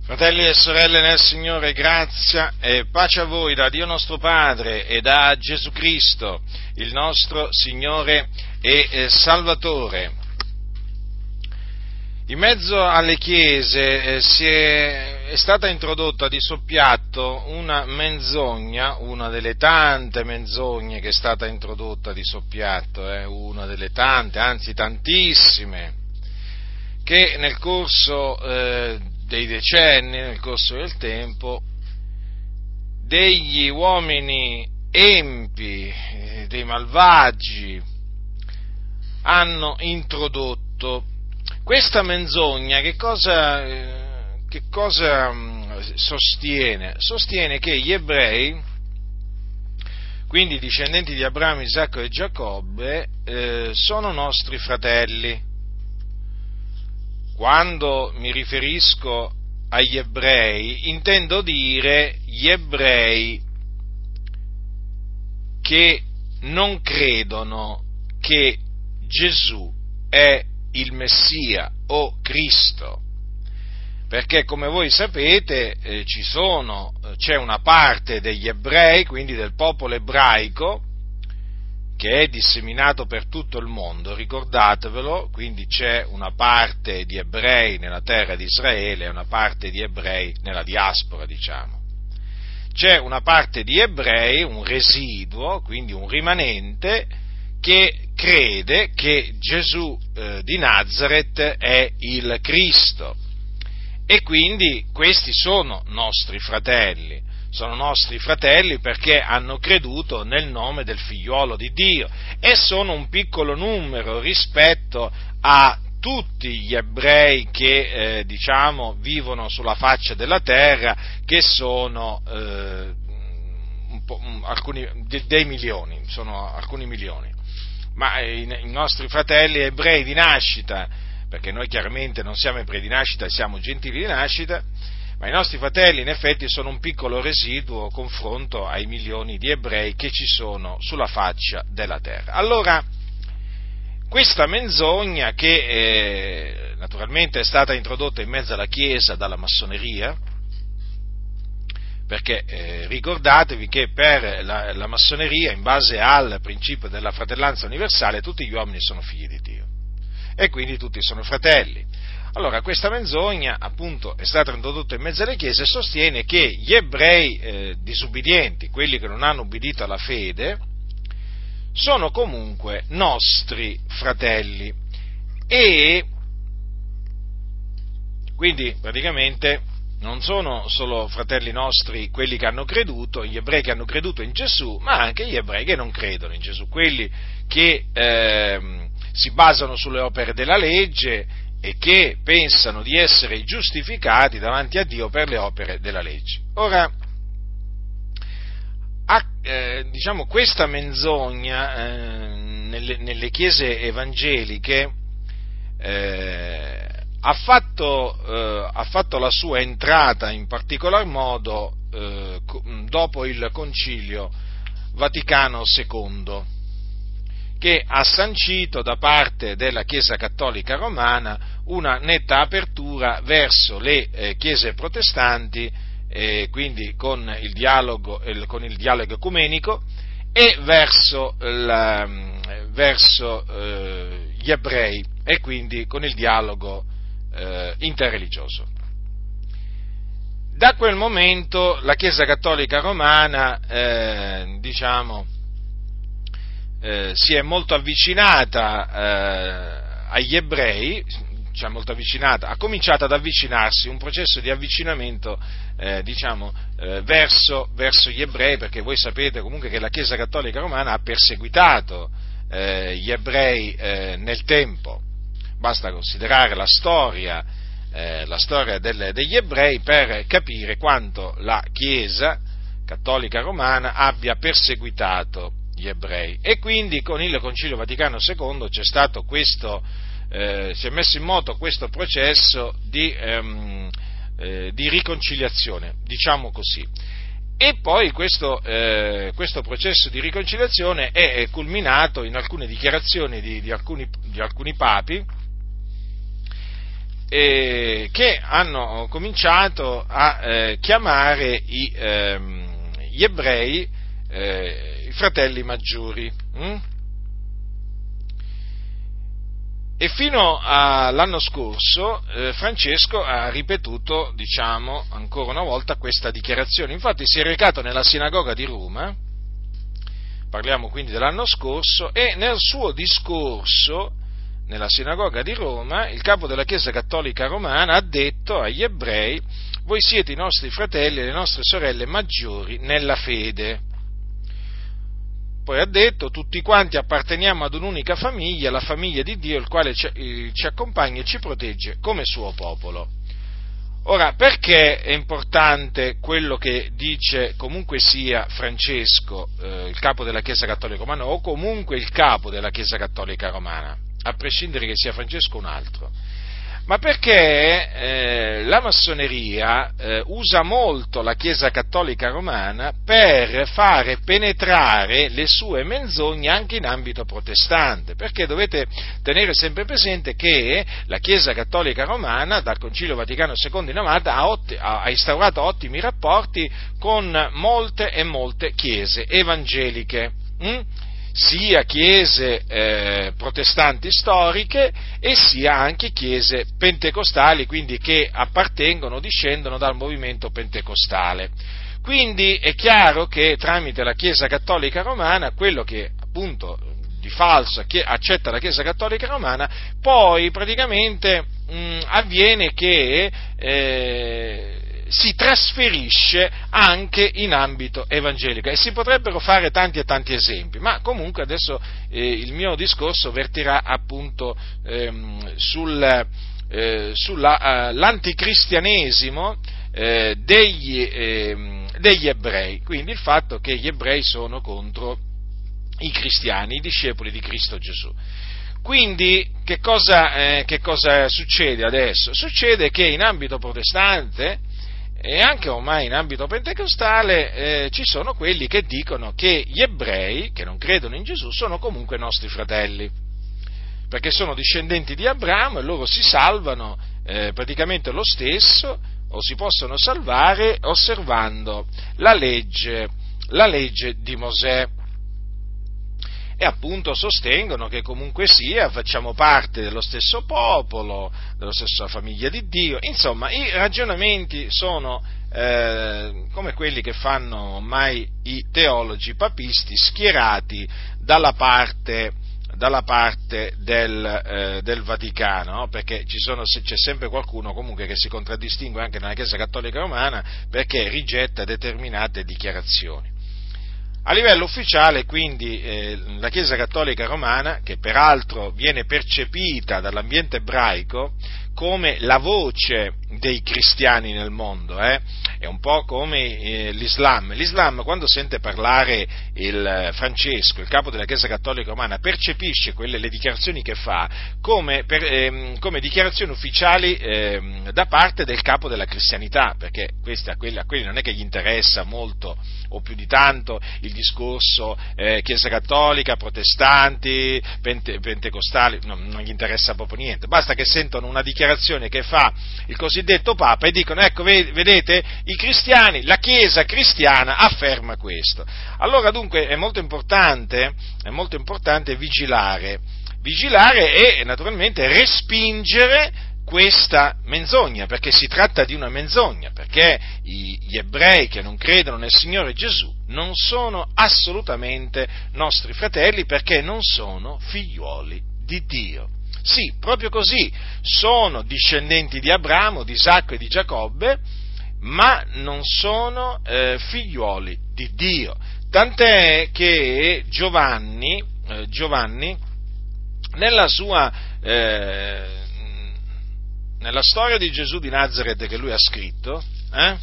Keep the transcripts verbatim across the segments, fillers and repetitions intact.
Fratelli e sorelle nel Signore, grazia e pace a voi da Dio nostro Padre e da Gesù Cristo, il nostro Signore e Salvatore. In mezzo alle chiese eh, si è, è stata introdotta di soppiatto una menzogna, una delle tante menzogne che è stata introdotta di soppiatto, eh, una delle tante, anzi tantissime, che nel corso eh, dei decenni, nel corso del tempo, degli uomini empi, eh, dei malvagi, hanno introdotto. Questa menzogna che cosa, eh, che cosa mh, sostiene? Sostiene che gli ebrei, quindi discendenti di Abramo, Isacco e Giacobbe, eh, sono nostri fratelli. Quando mi riferisco agli ebrei, intendo dire gli ebrei che non credono che Gesù è il Messia o Cristo, perché come voi sapete eh, ci sono, c'è una parte degli ebrei, quindi del popolo ebraico, che è disseminato per tutto il mondo, ricordatevelo, quindi c'è una parte di ebrei nella terra di Israele e una parte di ebrei nella diaspora, diciamo. C'è una parte di ebrei, un residuo, quindi un rimanente, che crede che Gesù eh, di Nazaret è il Cristo. E quindi questi sono nostri fratelli. Sono nostri fratelli perché hanno creduto nel nome del figliuolo di Dio e sono un piccolo numero rispetto a tutti gli ebrei che eh, diciamo vivono sulla faccia della terra, che sono eh, un po', alcuni, de, dei milioni, sono alcuni milioni, ma i, i nostri fratelli ebrei di nascita, perché noi chiaramente non siamo ebrei di nascita, siamo gentili di nascita, ma i nostri fratelli in effetti sono un piccolo residuo confronto ai milioni di ebrei che ci sono sulla faccia della terra. Allora, questa menzogna che eh, naturalmente è stata introdotta in mezzo alla Chiesa dalla massoneria, perché eh, ricordatevi che per la, la massoneria, in base al principio della fratellanza universale, tutti gli uomini sono figli di Dio e quindi tutti sono fratelli. Allora, questa menzogna, appunto, è stata introdotta in mezzo alle chiese e sostiene che gli ebrei eh, disubbidienti, quelli che non hanno ubbidito alla fede, sono comunque nostri fratelli. E quindi, praticamente, non sono solo fratelli nostri quelli che hanno creduto, gli ebrei che hanno creduto in Gesù, ma anche gli ebrei che non credono in Gesù, quelli che eh, si basano sulle opere della legge e che pensano di essere giustificati davanti a Dio per le opere della legge. Ora, a, eh, diciamo, questa menzogna eh, nelle, nelle chiese evangeliche eh, ha, fatto, eh, ha fatto la sua entrata in particolar modo eh, dopo il Concilio Vaticano secondo, che ha sancito da parte della Chiesa Cattolica Romana una netta apertura verso le eh, chiese protestanti, eh, quindi con il dialogo, il, con il dialogo ecumenico, e verso, la, verso eh, gli ebrei, e quindi con il dialogo eh, interreligioso. Da quel momento la Chiesa Cattolica Romana, eh, diciamo, Eh, si è molto avvicinata eh, agli ebrei, cioè molto avvicinata, ha cominciato ad avvicinarsi, un processo di avvicinamento eh, diciamo eh, verso, verso gli ebrei, perché voi sapete comunque che la Chiesa Cattolica Romana ha perseguitato eh, gli ebrei eh, nel tempo. Basta considerare la storia, eh, la storia del, degli ebrei per capire quanto la Chiesa Cattolica Romana abbia perseguitato gli ebrei. E quindi con il Concilio Vaticano secondo c'è stato questo, eh, si è messo in moto questo processo di, ehm, eh, di riconciliazione, diciamo così. E poi questo, eh, questo processo di riconciliazione è culminato in alcune dichiarazioni di, di, alcuni, di alcuni papi, eh, che hanno cominciato a eh, chiamare i, ehm, gli ebrei eh, i fratelli maggiori. Hm? E fino all'anno scorso eh, Francesco ha ripetuto, diciamo, ancora una volta questa dichiarazione. Infatti si è recato nella sinagoga di Roma, parliamo quindi dell'anno scorso, e nel suo discorso nella sinagoga di Roma il capo della Chiesa Cattolica Romana ha detto agli ebrei: voi siete i nostri fratelli e le nostre sorelle maggiori nella fede. Poi ha detto: tutti quanti apparteniamo ad un'unica famiglia, la famiglia di Dio, il quale ci, eh, ci accompagna e ci protegge come suo popolo. Ora, perché è importante quello che dice comunque sia Francesco, eh, il capo della Chiesa Cattolica Romana, o comunque il capo della Chiesa Cattolica Romana, a prescindere che sia Francesco o un altro? Ma perché eh, la massoneria eh, usa molto la Chiesa Cattolica Romana per fare penetrare le sue menzogne anche in ambito protestante, perché dovete tenere sempre presente che la Chiesa Cattolica Romana dal Concilio Vaticano secondo in avanti ha, otti, ha instaurato ottimi rapporti con molte e molte chiese evangeliche. Hm? Sia chiese eh, protestanti storiche e sia anche chiese pentecostali, quindi che appartengono, discendono dal movimento pentecostale. Quindi è chiaro che tramite la Chiesa Cattolica Romana, quello che appunto di falso accetta la Chiesa Cattolica Romana, poi praticamente mh, avviene che eh, si trasferisce anche in ambito evangelico, e si potrebbero fare tanti e tanti esempi, ma comunque adesso eh, il mio discorso vertirà appunto ehm, sul, eh, sull'anticristianesimo eh, degli, eh, degli ebrei, quindi il fatto che gli ebrei sono contro i cristiani, i discepoli di Cristo Gesù. Quindi che cosa, eh, che cosa succede adesso? Succede che in ambito protestante e anche ormai in ambito pentecostale eh, ci sono quelli che dicono che gli ebrei, che non credono in Gesù, sono comunque nostri fratelli, perché sono discendenti di Abramo e loro si salvano eh, praticamente lo stesso, o si possono salvare osservando la legge, la legge di Mosè. E appunto sostengono che comunque sia facciamo parte dello stesso popolo, della stessa famiglia di Dio. Insomma, i ragionamenti sono eh, come quelli che fanno ormai i teologi papisti schierati dalla parte, dalla parte del, eh, del Vaticano, no? Perché ci sono, c'è sempre qualcuno comunque che si contraddistingue anche nella Chiesa Cattolica Romana perché rigetta determinate dichiarazioni. A livello ufficiale, quindi, eh, la Chiesa Cattolica Romana, che peraltro viene percepita dall'ambiente ebraico come la voce dei cristiani nel mondo, eh, è un po' come eh, l'Islam. L'Islam, quando sente parlare il Francesco, il capo della Chiesa Cattolica Romana, percepisce quelle le dichiarazioni che fa come, per, ehm, come dichiarazioni ufficiali ehm, da parte del capo della cristianità, perché questi, a, quelli, a quelli non è che gli interessa molto o più di tanto il discorso eh, Chiesa Cattolica, protestanti, pente, pentecostali, no, non gli interessa proprio niente, basta che sentono una dichiarazione che fa il cosiddetto Papa e dicono: ecco, vedete, i cristiani, la Chiesa cristiana afferma questo. Allora dunque è molto importante, è molto importante vigilare, vigilare e naturalmente respingere questa menzogna, perché si tratta di una menzogna, perché gli ebrei che non credono nel Signore Gesù non sono assolutamente nostri fratelli, perché non sono figliuoli di Dio. Sì, proprio così, sono discendenti di Abramo, di Isacco e di Giacobbe, ma non sono eh, figliuoli di Dio. Tant'è che Giovanni, eh, Giovanni nella sua eh, nella storia di Gesù di Nazaret che lui ha scritto, eh,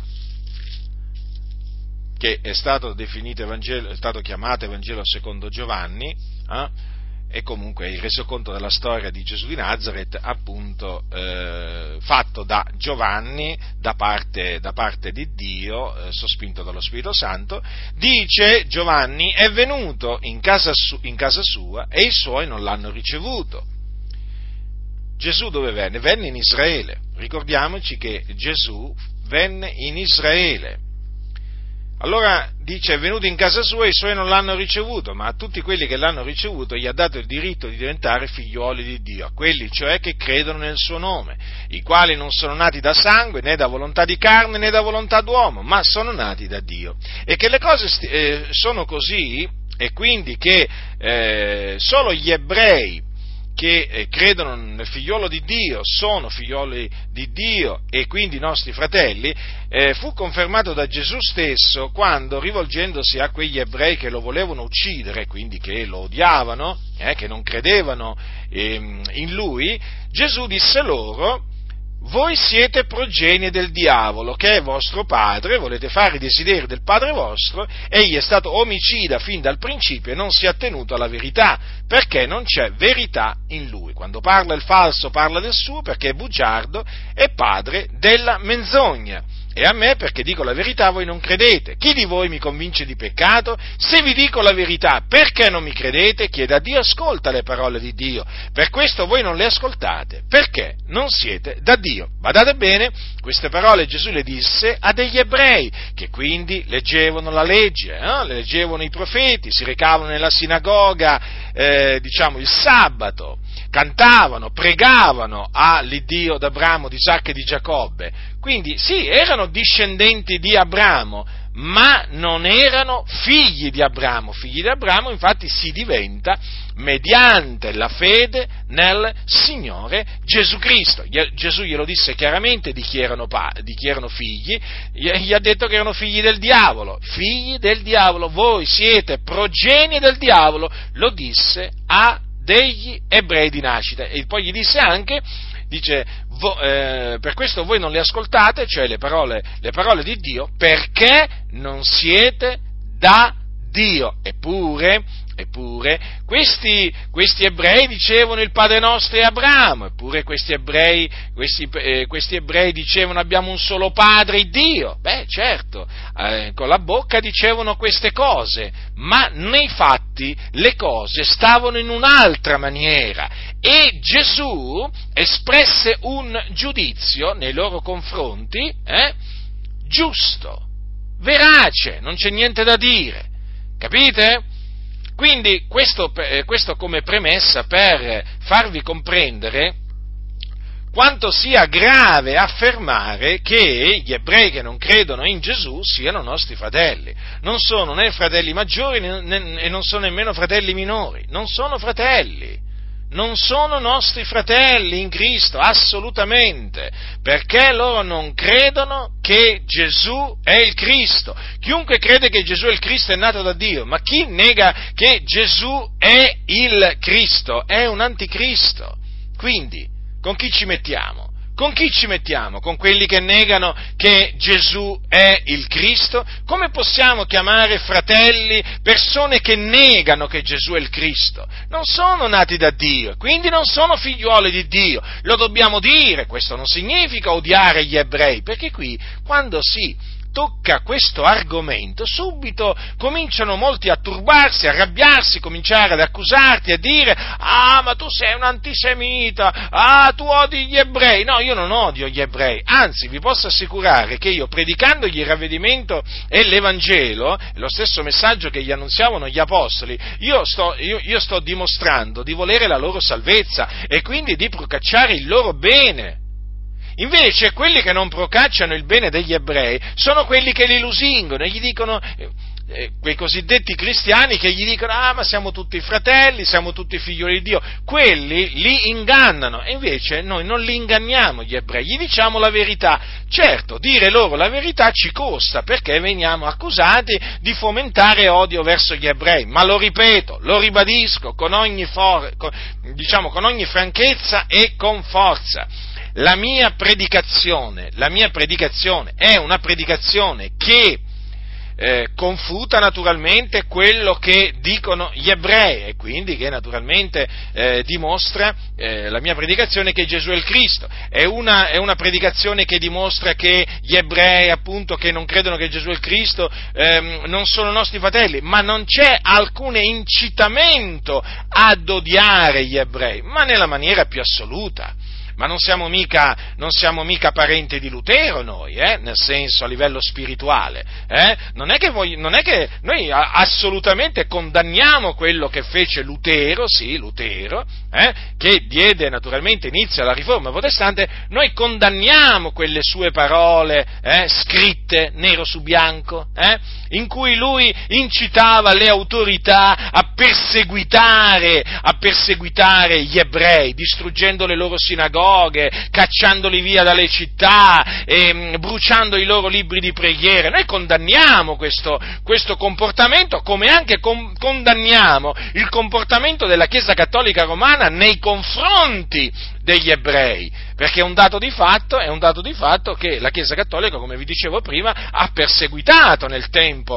che è stato definito Evangelo, è stato chiamato Evangelo secondo Giovanni, eh, e comunque il resoconto della storia di Gesù di Nazaret, appunto eh, fatto da Giovanni da parte, da parte di Dio, eh, sospinto dallo Spirito Santo. Dice Giovanni: è venuto in casa, su, in casa sua e i suoi non l'hanno ricevuto. Gesù dove venne? Venne in Israele. Ricordiamoci che Gesù venne in Israele. Allora dice: è venuto in casa sua e i suoi non l'hanno ricevuto, ma a tutti quelli che l'hanno ricevuto gli ha dato il diritto di diventare figliuoli di Dio, a quelli cioè che credono nel suo nome, i quali non sono nati da sangue, né da volontà di carne, né da volontà d'uomo, ma sono nati da Dio. E che le cose st- eh, sono così, e quindi che eh, solo gli ebrei che eh, credono nel figliolo di Dio sono figlioli di Dio e quindi nostri fratelli, eh, fu confermato da Gesù stesso quando, rivolgendosi a quegli ebrei che lo volevano uccidere, quindi che lo odiavano, eh, che non credevano eh, in lui, Gesù disse loro: voi siete progenie del diavolo, che è vostro padre, volete fare i desideri del padre vostro, egli è stato omicida fin dal principio e non si è attenuto alla verità, perché non c'è verità in lui. Quando parla il falso parla del suo, perché è bugiardo e padre della menzogna. E a me, perché dico la verità, voi non credete. Chi di voi mi convince di peccato? Se vi dico la verità, perché non mi credete? Chieda a Dio, ascolta le parole di Dio. Per questo voi non le ascoltate, perché non siete da Dio. Badate bene, queste parole Gesù le disse a degli ebrei, che quindi leggevano la legge, eh? le leggevano i profeti, si recavano nella sinagoga, eh, diciamo, il sabato, cantavano, pregavano all'Iddio d'Abramo, di Isacco e di Giacobbe. Quindi sì, erano discendenti di Abramo, ma non erano figli di Abramo. Figli di Abramo infatti si diventa mediante la fede nel Signore Gesù Cristo. Gesù glielo disse chiaramente di chi erano, di chi erano figli, gli ha detto che erano figli del diavolo, figli del diavolo, voi siete progenie del diavolo, lo disse a degli ebrei di nascita. E poi gli disse anche, dice, vo, eh, per questo voi non le ascoltate, cioè le parole, le parole di Dio, perché non siete da Dio. Eppure, eppure questi, questi ebrei dicevano il Padre nostro è Abramo, eppure questi ebrei, questi, eh, questi ebrei dicevano abbiamo un solo Padre, Dio. Beh, certo, eh, con la bocca dicevano queste cose, ma nei fatti le cose stavano in un'altra maniera. E Gesù espresse un giudizio nei loro confronti, eh, giusto, verace, non c'è niente da dire, capite? Quindi questo, questo come premessa per farvi comprendere quanto sia grave affermare che gli ebrei che non credono in Gesù siano nostri fratelli. Non sono né fratelli maggiori né, e non sono nemmeno fratelli minori, non sono fratelli. Non sono nostri fratelli in Cristo, assolutamente, perché loro non credono che Gesù è il Cristo. Chiunque crede che Gesù è il Cristo è nato da Dio, ma chi nega che Gesù è il Cristo è un anticristo. Quindi, con chi ci mettiamo? Con chi ci mettiamo? Con quelli che negano che Gesù è il Cristo? Come possiamo chiamare fratelli persone che negano che Gesù è il Cristo? Non sono nati da Dio, quindi non sono figliuoli di Dio. Lo dobbiamo dire, questo non significa odiare gli ebrei, perché qui, quando si tocca questo argomento, subito cominciano molti a turbarsi, a arrabbiarsi, cominciare ad accusarti, a dire ah, ma tu sei un antisemita, ah, tu odi gli ebrei. No, io non odio gli ebrei, anzi vi posso assicurare che io, predicandogli il ravvedimento e l'Evangelo, lo stesso messaggio che gli annunziavano gli apostoli, io sto, io, io sto dimostrando di volere la loro salvezza e quindi di procacciare il loro bene. Invece quelli che non procacciano il bene degli ebrei sono quelli che li lusingono e gli dicono, eh, quei cosiddetti cristiani che gli dicono ah, ma siamo tutti fratelli, siamo tutti figlioli di Dio. Quelli li ingannano e invece noi non li inganniamo gli ebrei, gli diciamo la verità. Certo, dire loro la verità ci costa perché veniamo accusati di fomentare odio verso gli ebrei, ma lo ripeto, lo ribadisco con ogni, for- con, diciamo, con ogni franchezza e con forza. La mia predicazione, la mia predicazione è una predicazione che eh, confuta naturalmente quello che dicono gli ebrei e quindi che naturalmente eh, dimostra eh, la mia predicazione che Gesù è il Cristo. È una, è una predicazione che dimostra che gli ebrei, appunto, che non credono che Gesù è il Cristo, ehm, non sono nostri fratelli, ma non c'è alcun incitamento ad odiare gli ebrei, ma nella maniera più assoluta. ma non siamo mica, non siamo mica parenti di Lutero noi, eh? Nel senso, a livello spirituale, eh? Non è che voi, non è che noi assolutamente condanniamo quello che fece Lutero, sì, Lutero, eh? Che diede naturalmente inizio alla riforma protestante, noi condanniamo quelle sue parole, eh? Scritte nero su bianco, eh? In cui lui incitava le autorità a perseguitare, a perseguitare gli ebrei, distruggendo le loro sinagoghe, cacciandoli via dalle città, e bruciando i loro libri di preghiera. Noi condanniamo questo, questo comportamento, come anche con, condanniamo il comportamento della Chiesa Cattolica Romana nei confronti degli ebrei, perché è un dato di fatto, è un dato di fatto che la Chiesa Cattolica, come vi dicevo prima, ha perseguitato nel tempo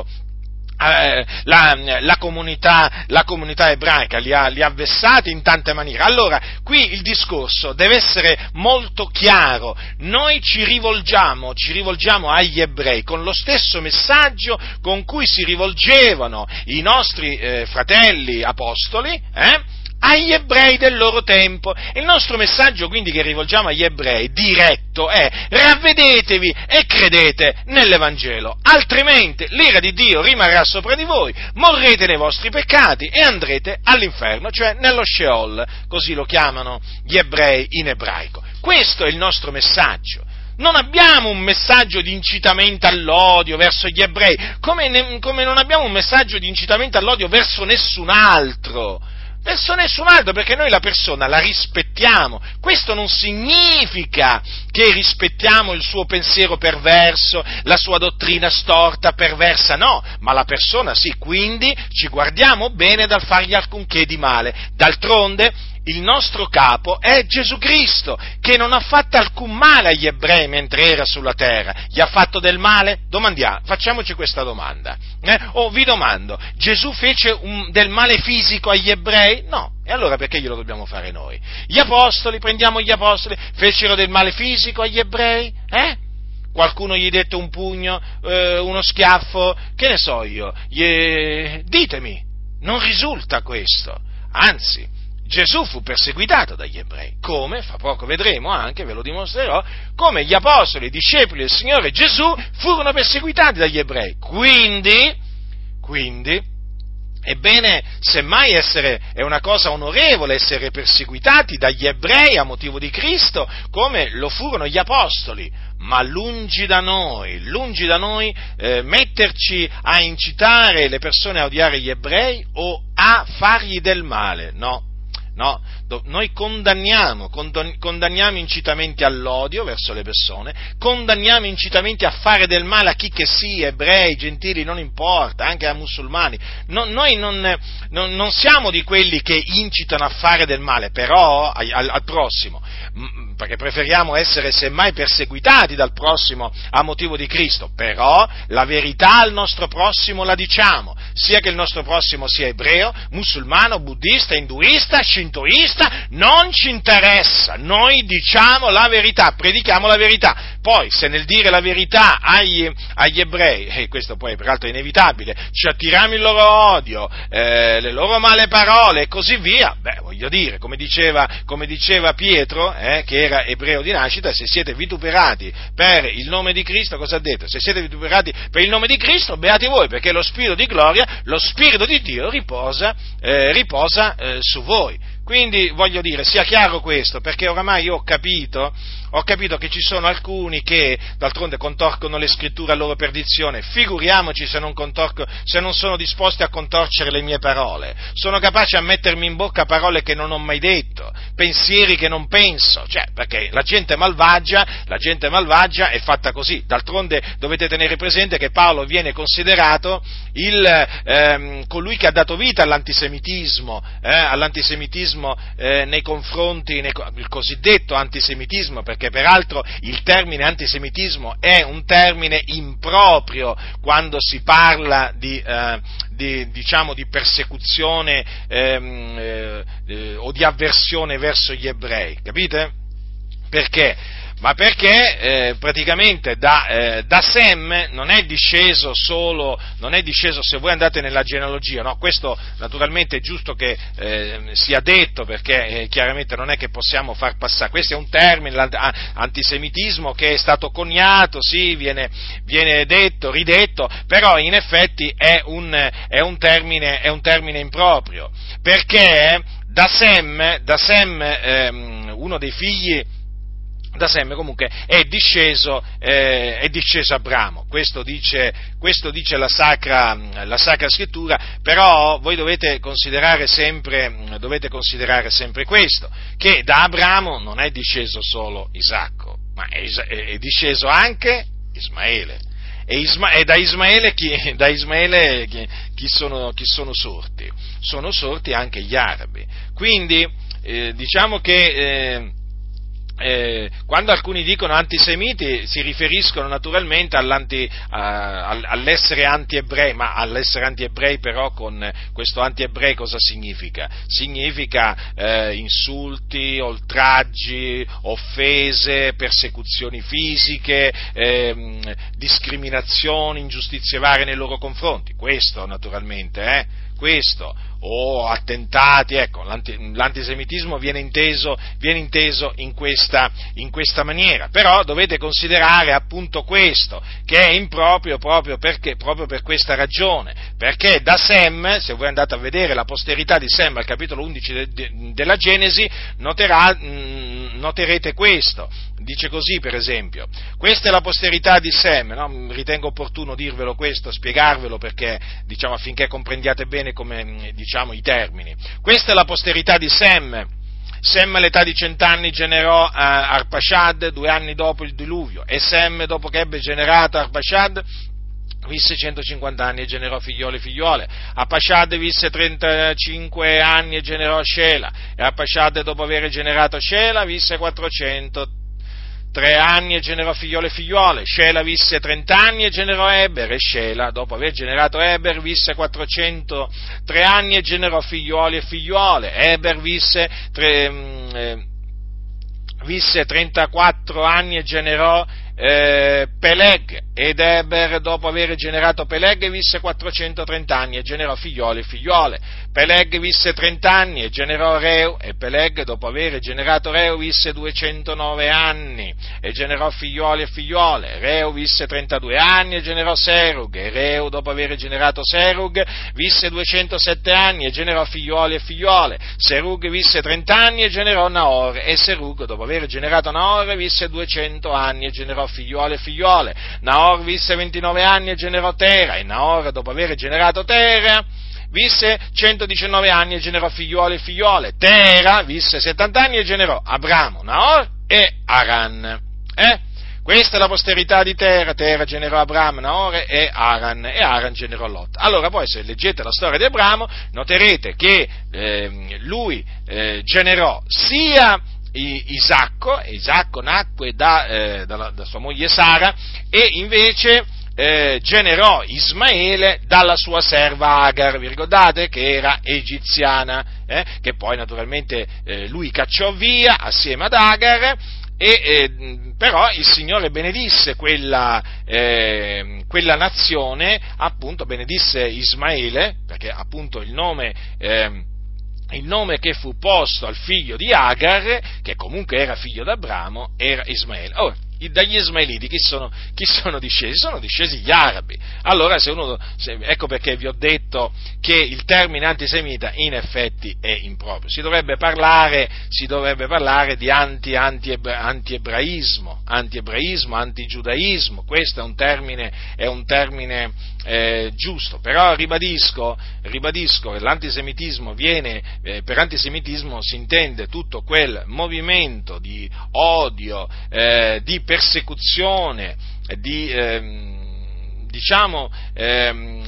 Eh, la, la, comunità, la comunità ebraica, li ha, li ha vessati in tante maniere. Allora, qui il discorso deve essere molto chiaro. Noi ci rivolgiamo, ci rivolgiamo agli ebrei con lo stesso messaggio con cui si rivolgevano i nostri eh, fratelli apostoli, eh? agli ebrei del loro tempo. Il nostro messaggio quindi che rivolgiamo agli ebrei diretto è: ravvedetevi e credete nell'Evangelo, altrimenti l'ira di Dio rimarrà sopra di voi, morrete nei vostri peccati e andrete all'inferno, cioè nello Sheol, così lo chiamano gli ebrei in ebraico. Questo è il nostro messaggio. Non abbiamo un messaggio di incitamento all'odio verso gli ebrei, come, ne, come non abbiamo un messaggio di incitamento all'odio verso nessun altro. Verso nessun altro, perché noi la persona la rispettiamo. Questo non significa che rispettiamo il suo pensiero perverso, la sua dottrina storta, perversa, no, ma la persona sì, quindi ci guardiamo bene dal fargli alcunché di male. D'altronde il nostro capo è Gesù Cristo, che non ha fatto alcun male agli ebrei mentre era sulla terra. Gli ha fatto del male? Domandiamo, facciamoci questa domanda. Eh? O vi domando, Gesù fece un, del male fisico agli ebrei? No. E allora perché glielo dobbiamo fare noi? Gli apostoli, prendiamo gli apostoli, fecero del male fisico agli ebrei? Eh? Qualcuno gli dette un pugno, eh, uno schiaffo, che ne so io? Gli... Ditemi, non risulta questo. Anzi, Gesù fu perseguitato dagli ebrei, come, fra poco vedremo anche, ve lo dimostrerò, come gli apostoli, i discepoli del Signore Gesù furono perseguitati dagli ebrei. Quindi, quindi, è bene, semmai essere, è una cosa onorevole essere perseguitati dagli ebrei a motivo di Cristo, come lo furono gli apostoli, ma lungi da noi, lungi da noi eh, metterci a incitare le persone a odiare gli ebrei o a fargli del male, no. No, noi condanniamo, condanniamo incitamenti all'odio verso le persone, condanniamo incitamenti a fare del male a chi che sia, ebrei, gentili, non importa, anche a musulmani. No, noi non, non, non siamo di quelli che incitano a fare del male, però al, al prossimo, perché preferiamo essere semmai perseguitati dal prossimo a motivo di Cristo, però la verità al nostro prossimo la diciamo, sia che il nostro prossimo sia ebreo, musulmano, buddista, induista, shintoista, non ci interessa, noi diciamo la verità, predichiamo la verità. Poi, se nel dire la verità agli, agli ebrei, e questo poi peraltro è inevitabile, ci attiriamo il loro odio, eh, le loro male parole e così via, beh, voglio dire, come diceva, come diceva Pietro, eh, che era ebreo di nascita, se siete vituperati per il nome di Cristo, cosa ha detto? Se siete vituperati per il nome di Cristo, beati voi, perché lo Spirito di gloria, lo Spirito di Dio riposa, eh, riposa eh, su voi. Quindi voglio dire, sia chiaro questo, perché oramai io ho capito, ho capito che ci sono alcuni che d'altronde contorcono le scritture a loro perdizione, figuriamoci se non, contorco, se non sono disposti a contorcere le mie parole, sono capaci a mettermi in bocca parole che non ho mai detto, pensieri che non penso, cioè perché la gente malvagia, la gente malvagia è fatta così, d'altronde dovete tenere presente che Paolo viene considerato il, ehm, colui che ha dato vita all'antisemitismo, eh, all'antisemitismo Eh, nei confronti, nei, il cosiddetto antisemitismo, perché peraltro il termine antisemitismo è un termine improprio quando si parla di, eh, di diciamo di persecuzione ehm, eh, o di avversione verso gli ebrei, capite? Perché? Ma perché eh, praticamente da, eh, da Sem non è disceso solo, non è disceso, se voi andate nella genealogia, no? Questo naturalmente è giusto che eh, sia detto, perché eh, chiaramente non è che possiamo far passare, questo è un termine, l'antisemitismo, che è stato coniato, sì, viene, viene detto, ridetto, però in effetti è un, è un termine, è un termine improprio, perché da Sem, da Sem ehm, uno dei figli da Sem comunque è disceso, eh, è disceso Abramo, questo dice, questo dice la, sacra, la Sacra Scrittura, però voi dovete considerare sempre, dovete considerare sempre questo, che da Abramo non è disceso solo Isacco, ma è, è disceso anche Ismaele. E, Isma, e da Ismaele, chi, da Ismaele chi, chi, sono, chi sono sorti? Sono sorti anche gli arabi. Quindi eh, diciamo che eh, Eh, quando alcuni dicono antisemiti si riferiscono naturalmente all'anti, a, all'essere anti-ebrei, ma all'essere anti-ebrei però con questo anti-ebrei cosa significa? Significa eh, insulti, oltraggi, offese, persecuzioni fisiche, eh, discriminazioni, ingiustizie varie nei loro confronti, questo naturalmente, eh? questo, o attentati, ecco, l'anti, l'antisemitismo viene inteso, viene inteso in questa, in questa maniera, però dovete considerare appunto questo, che è improprio proprio, perché, proprio per questa ragione, perché da Sem, se voi andate a vedere la posterità di Sem al capitolo undici de, de, della Genesi, noterà, mh, noterete questo, dice così per esempio, questa è la posterità di Sem, no? Ritengo opportuno dirvelo questo, spiegarvelo perché, diciamo, affinché comprendiate bene come, diciamo, i termini. Questa è la posterità di Sem. Sem all'età di cent'anni generò uh, Arpashad due anni dopo il diluvio, e Sem, dopo che ebbe generato Arpashad, visse centocinquanta anni e generò figlioli e figliuole. Arpashad visse trentacinque anni e generò Shela, e Arpashad, dopo aver generato Shela, visse quattrocento tre anni e generò figlioli e figliuole. Shela visse trenta anni e generò Eber, e Shela, dopo aver generato Eber, visse quattrocentotre anni e generò figliuoli e figliuole. Eber visse, tre, eh, visse trentaquattro anni e generò eh, Peleg, ed Eber, dopo aver generato Peleg, visse quattrocentotrenta anni e generò figlioli e figliuole. Peleg visse trenta anni e generò Reu, e Peleg, dopo aver generato Reu, visse duecentonove anni e generò figlioli e figliuole. Reu visse trentadue anni e generò Serug, e Reu, dopo aver generato Serug, visse duecentosette anni e generò figlioli e figliuole. Serug visse trenta anni e generò Naor, e Serug, dopo aver generato Naor, visse duecento anni e generò figliuole e figliuole. Naor visse ventinove anni e generò Tera, e Naor, dopo aver generato Tera, visse centodiciannove anni e generò figliuole e figliuole. Tera visse settanta anni e generò Abramo, Naor e Aran. Eh? Questa è la posterità di Tera. Tera generò Abramo, Naor e Aran, e Aran generò Lot. Allora poi, se leggete la storia di Abramo, noterete che eh, lui eh, generò sia Isacco, e Isacco nacque da, eh, da, da sua moglie Sara, e invece eh, generò Ismaele dalla sua serva Agar, vi ricordate, che era egiziana, eh, che poi naturalmente eh, lui cacciò via assieme ad Agar, e eh, però il Signore benedisse quella, eh, quella nazione, appunto benedisse Ismaele, perché appunto il nome eh, il nome che fu posto al figlio di Agar, che comunque era figlio d'Abramo, era Ismaele. Ora, dagli Ismaeliti chi sono, chi sono discesi? Sono discesi gli arabi. Allora, se uno, se, ecco perché vi ho detto che il termine antisemita in effetti è improprio. Si dovrebbe parlare, si dovrebbe parlare di anti, anti, anti-ebraismo, anti-ebraismo, anti-giudaismo. Questo è un termine, è un termine eh, giusto. Però ribadisco, ribadisco che l'antisemitismo viene, eh, per antisemitismo si intende tutto quel movimento di odio, eh, di persecuzione, di ehm, diciamo ehm,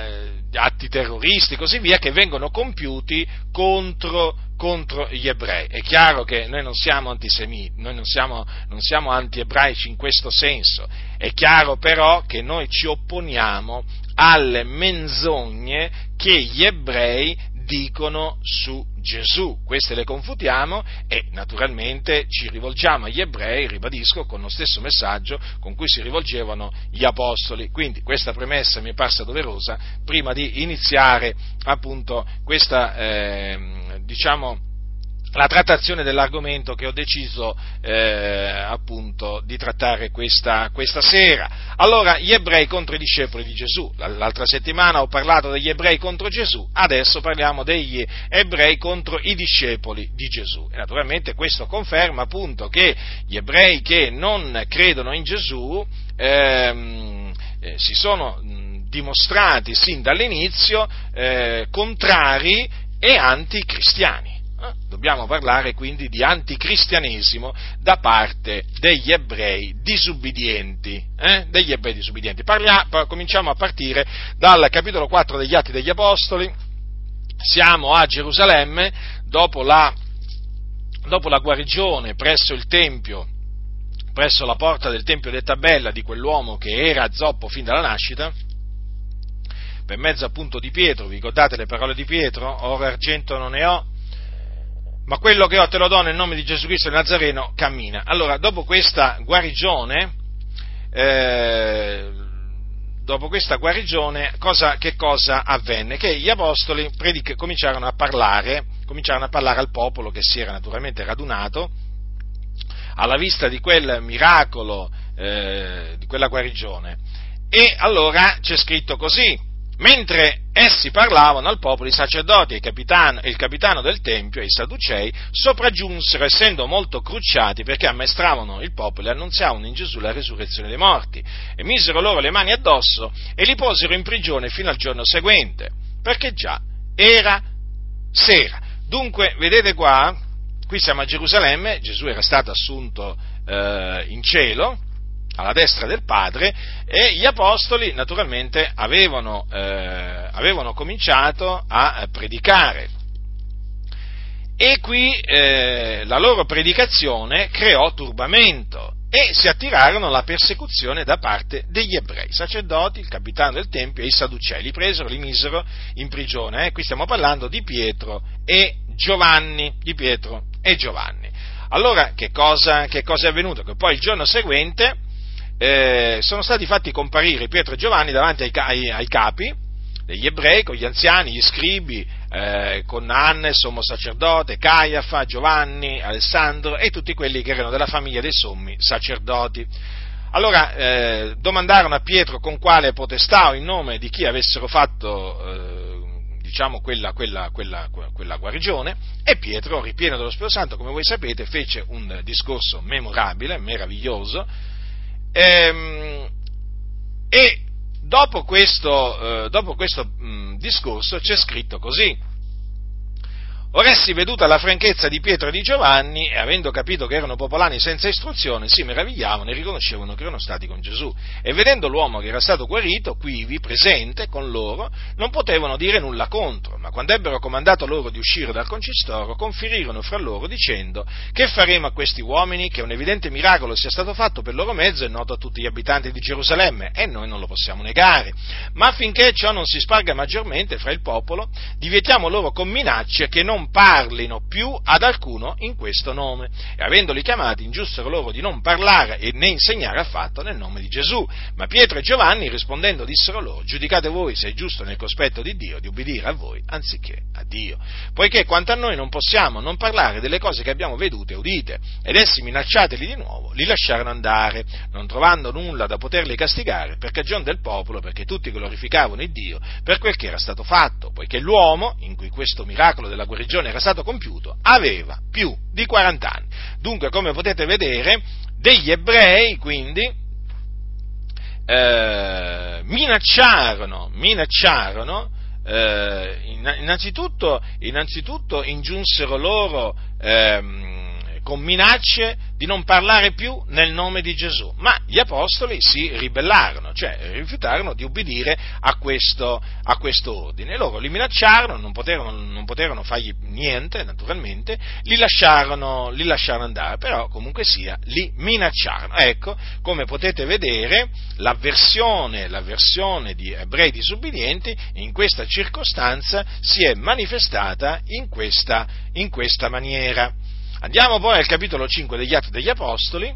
atti terroristi e così via, che vengono compiuti contro, contro gli ebrei. È chiaro che noi non siamo antisemiti, noi non siamo, non siamo anti-ebraici in questo senso, è chiaro però che noi ci opponiamo alle menzogne che gli ebrei dicono su Gesù. Queste le confutiamo e naturalmente ci rivolgiamo agli ebrei, ribadisco, con lo stesso messaggio con cui si rivolgevano gli apostoli. Quindi questa premessa mi è parsa doverosa prima di iniziare appunto questa, eh, diciamo, la trattazione dell'argomento che ho deciso eh, appunto di trattare questa, questa sera. Allora, gli ebrei contro i discepoli di Gesù. L'altra settimana ho parlato degli ebrei contro Gesù, adesso parliamo degli ebrei contro i discepoli di Gesù. E naturalmente questo conferma appunto che gli ebrei che non credono in Gesù ehm, eh, si sono mh, dimostrati sin dall'inizio eh, contrari e anticristiani. Dobbiamo parlare quindi di anticristianesimo da parte degli ebrei disubbidienti. Eh? Degli ebrei disubbidienti. Parlia, cominciamo a partire dal capitolo quattro degli Atti degli Apostoli. Siamo a Gerusalemme dopo la, dopo la guarigione presso il Tempio, presso la porta del Tempio detta Bella di quell'uomo che era zoppo fin dalla nascita, per mezzo appunto di Pietro. Vi ricordate le parole di Pietro? Oro e argento non ne ho, ma quello che ho te lo do nel nome di Gesù Cristo il Nazareno, cammina. Allora, dopo questa guarigione, eh, dopo questa guarigione, cosa, che cosa avvenne? Che gli apostoli predic- cominciarono a parlare, cominciarono a parlare al popolo che si era naturalmente radunato alla vista di quel miracolo, eh, di quella guarigione. E allora c'è scritto così: mentre essi parlavano al popolo, i sacerdoti e il capitano, il capitano del Tempio e i Sadducei sopraggiunsero, essendo molto crucciati, perché ammaestravano il popolo e annunziavano in Gesù la resurrezione dei morti, e misero loro le mani addosso e li posero in prigione fino al giorno seguente, perché già era sera. Dunque, vedete qua, qui siamo a Gerusalemme, Gesù era stato assunto eh, in cielo, alla destra del Padre, e gli apostoli naturalmente avevano, eh, avevano cominciato a predicare. E qui eh, la loro predicazione creò turbamento e si attirarono la persecuzione da parte degli ebrei, sacerdoti, il capitano del Tempio e i Sadducei. Li presero, li misero in prigione. Eh? Qui stiamo parlando di Pietro e Giovanni, di Pietro e Giovanni. Allora, che cosa, che cosa è avvenuto? Che poi il giorno seguente Eh, sono stati fatti comparire Pietro e Giovanni davanti ai, ai, ai capi degli ebrei, con gli anziani, gli scribi, eh, con Anne, sommo sacerdote, Caiafa, Giovanni, Alessandro e tutti quelli che erano della famiglia dei sommi sacerdoti. Allora eh, domandarono a Pietro con quale potestà o in nome di chi avessero fatto eh, diciamo quella, quella, quella, quella guarigione, e Pietro, ripieno dello Spirito Santo, come voi sapete, fece un discorso memorabile, meraviglioso. E, e dopo questo, eh, dopo questo mh, discorso c'è scritto così: ora essi, veduta la franchezza di Pietro e di Giovanni, e avendo capito che erano popolani senza istruzione, si meravigliavano e riconoscevano che erano stati con Gesù. E vedendo l'uomo che era stato guarito, quivi, presente con loro, non potevano dire nulla contro, ma quando ebbero comandato loro di uscire dal concistoro, conferirono fra loro dicendo: che faremo a questi uomini? Che un evidente miracolo sia stato fatto per loro mezzo è noto a tutti gli abitanti di Gerusalemme, e noi non lo possiamo negare. Ma affinché ciò non si sparga maggiormente fra il popolo, divietiamo loro con minacce che non parlino più ad alcuno in questo nome. E avendoli chiamati, ingiunsero loro di non parlare e né insegnare affatto nel nome di Gesù. Ma Pietro e Giovanni, rispondendo, dissero loro: giudicate voi se è giusto nel cospetto di Dio di ubbidire a voi anziché a Dio. Poiché quanto a noi non possiamo non parlare delle cose che abbiamo vedute e udite. Ed essi, minacciateli di nuovo, li lasciarono andare, non trovando nulla da poterli castigare per cagion del popolo, perché tutti glorificavano il Dio per quel che era stato fatto, poiché l'uomo, in cui questo miracolo della guarigione era stato compiuto, aveva più di quaranta anni. Dunque, come potete vedere, degli ebrei, quindi, eh, minacciarono, minacciarono, eh, innanzitutto, innanzitutto ingiunsero loro, ehm, con minacce di non parlare più nel nome di Gesù, ma gli apostoli si ribellarono, cioè rifiutarono di ubbidire a questo, a questo ordine, loro li minacciarono, non poterono, non poterono fargli niente, naturalmente, li lasciarono, li lasciarono andare, però comunque sia, li minacciarono. Ecco, come potete vedere, l'avversione, l'avversione di ebrei disubbidienti in questa circostanza si è manifestata in questa, in questa maniera. Andiamo poi al capitolo cinque degli Atti degli Apostoli,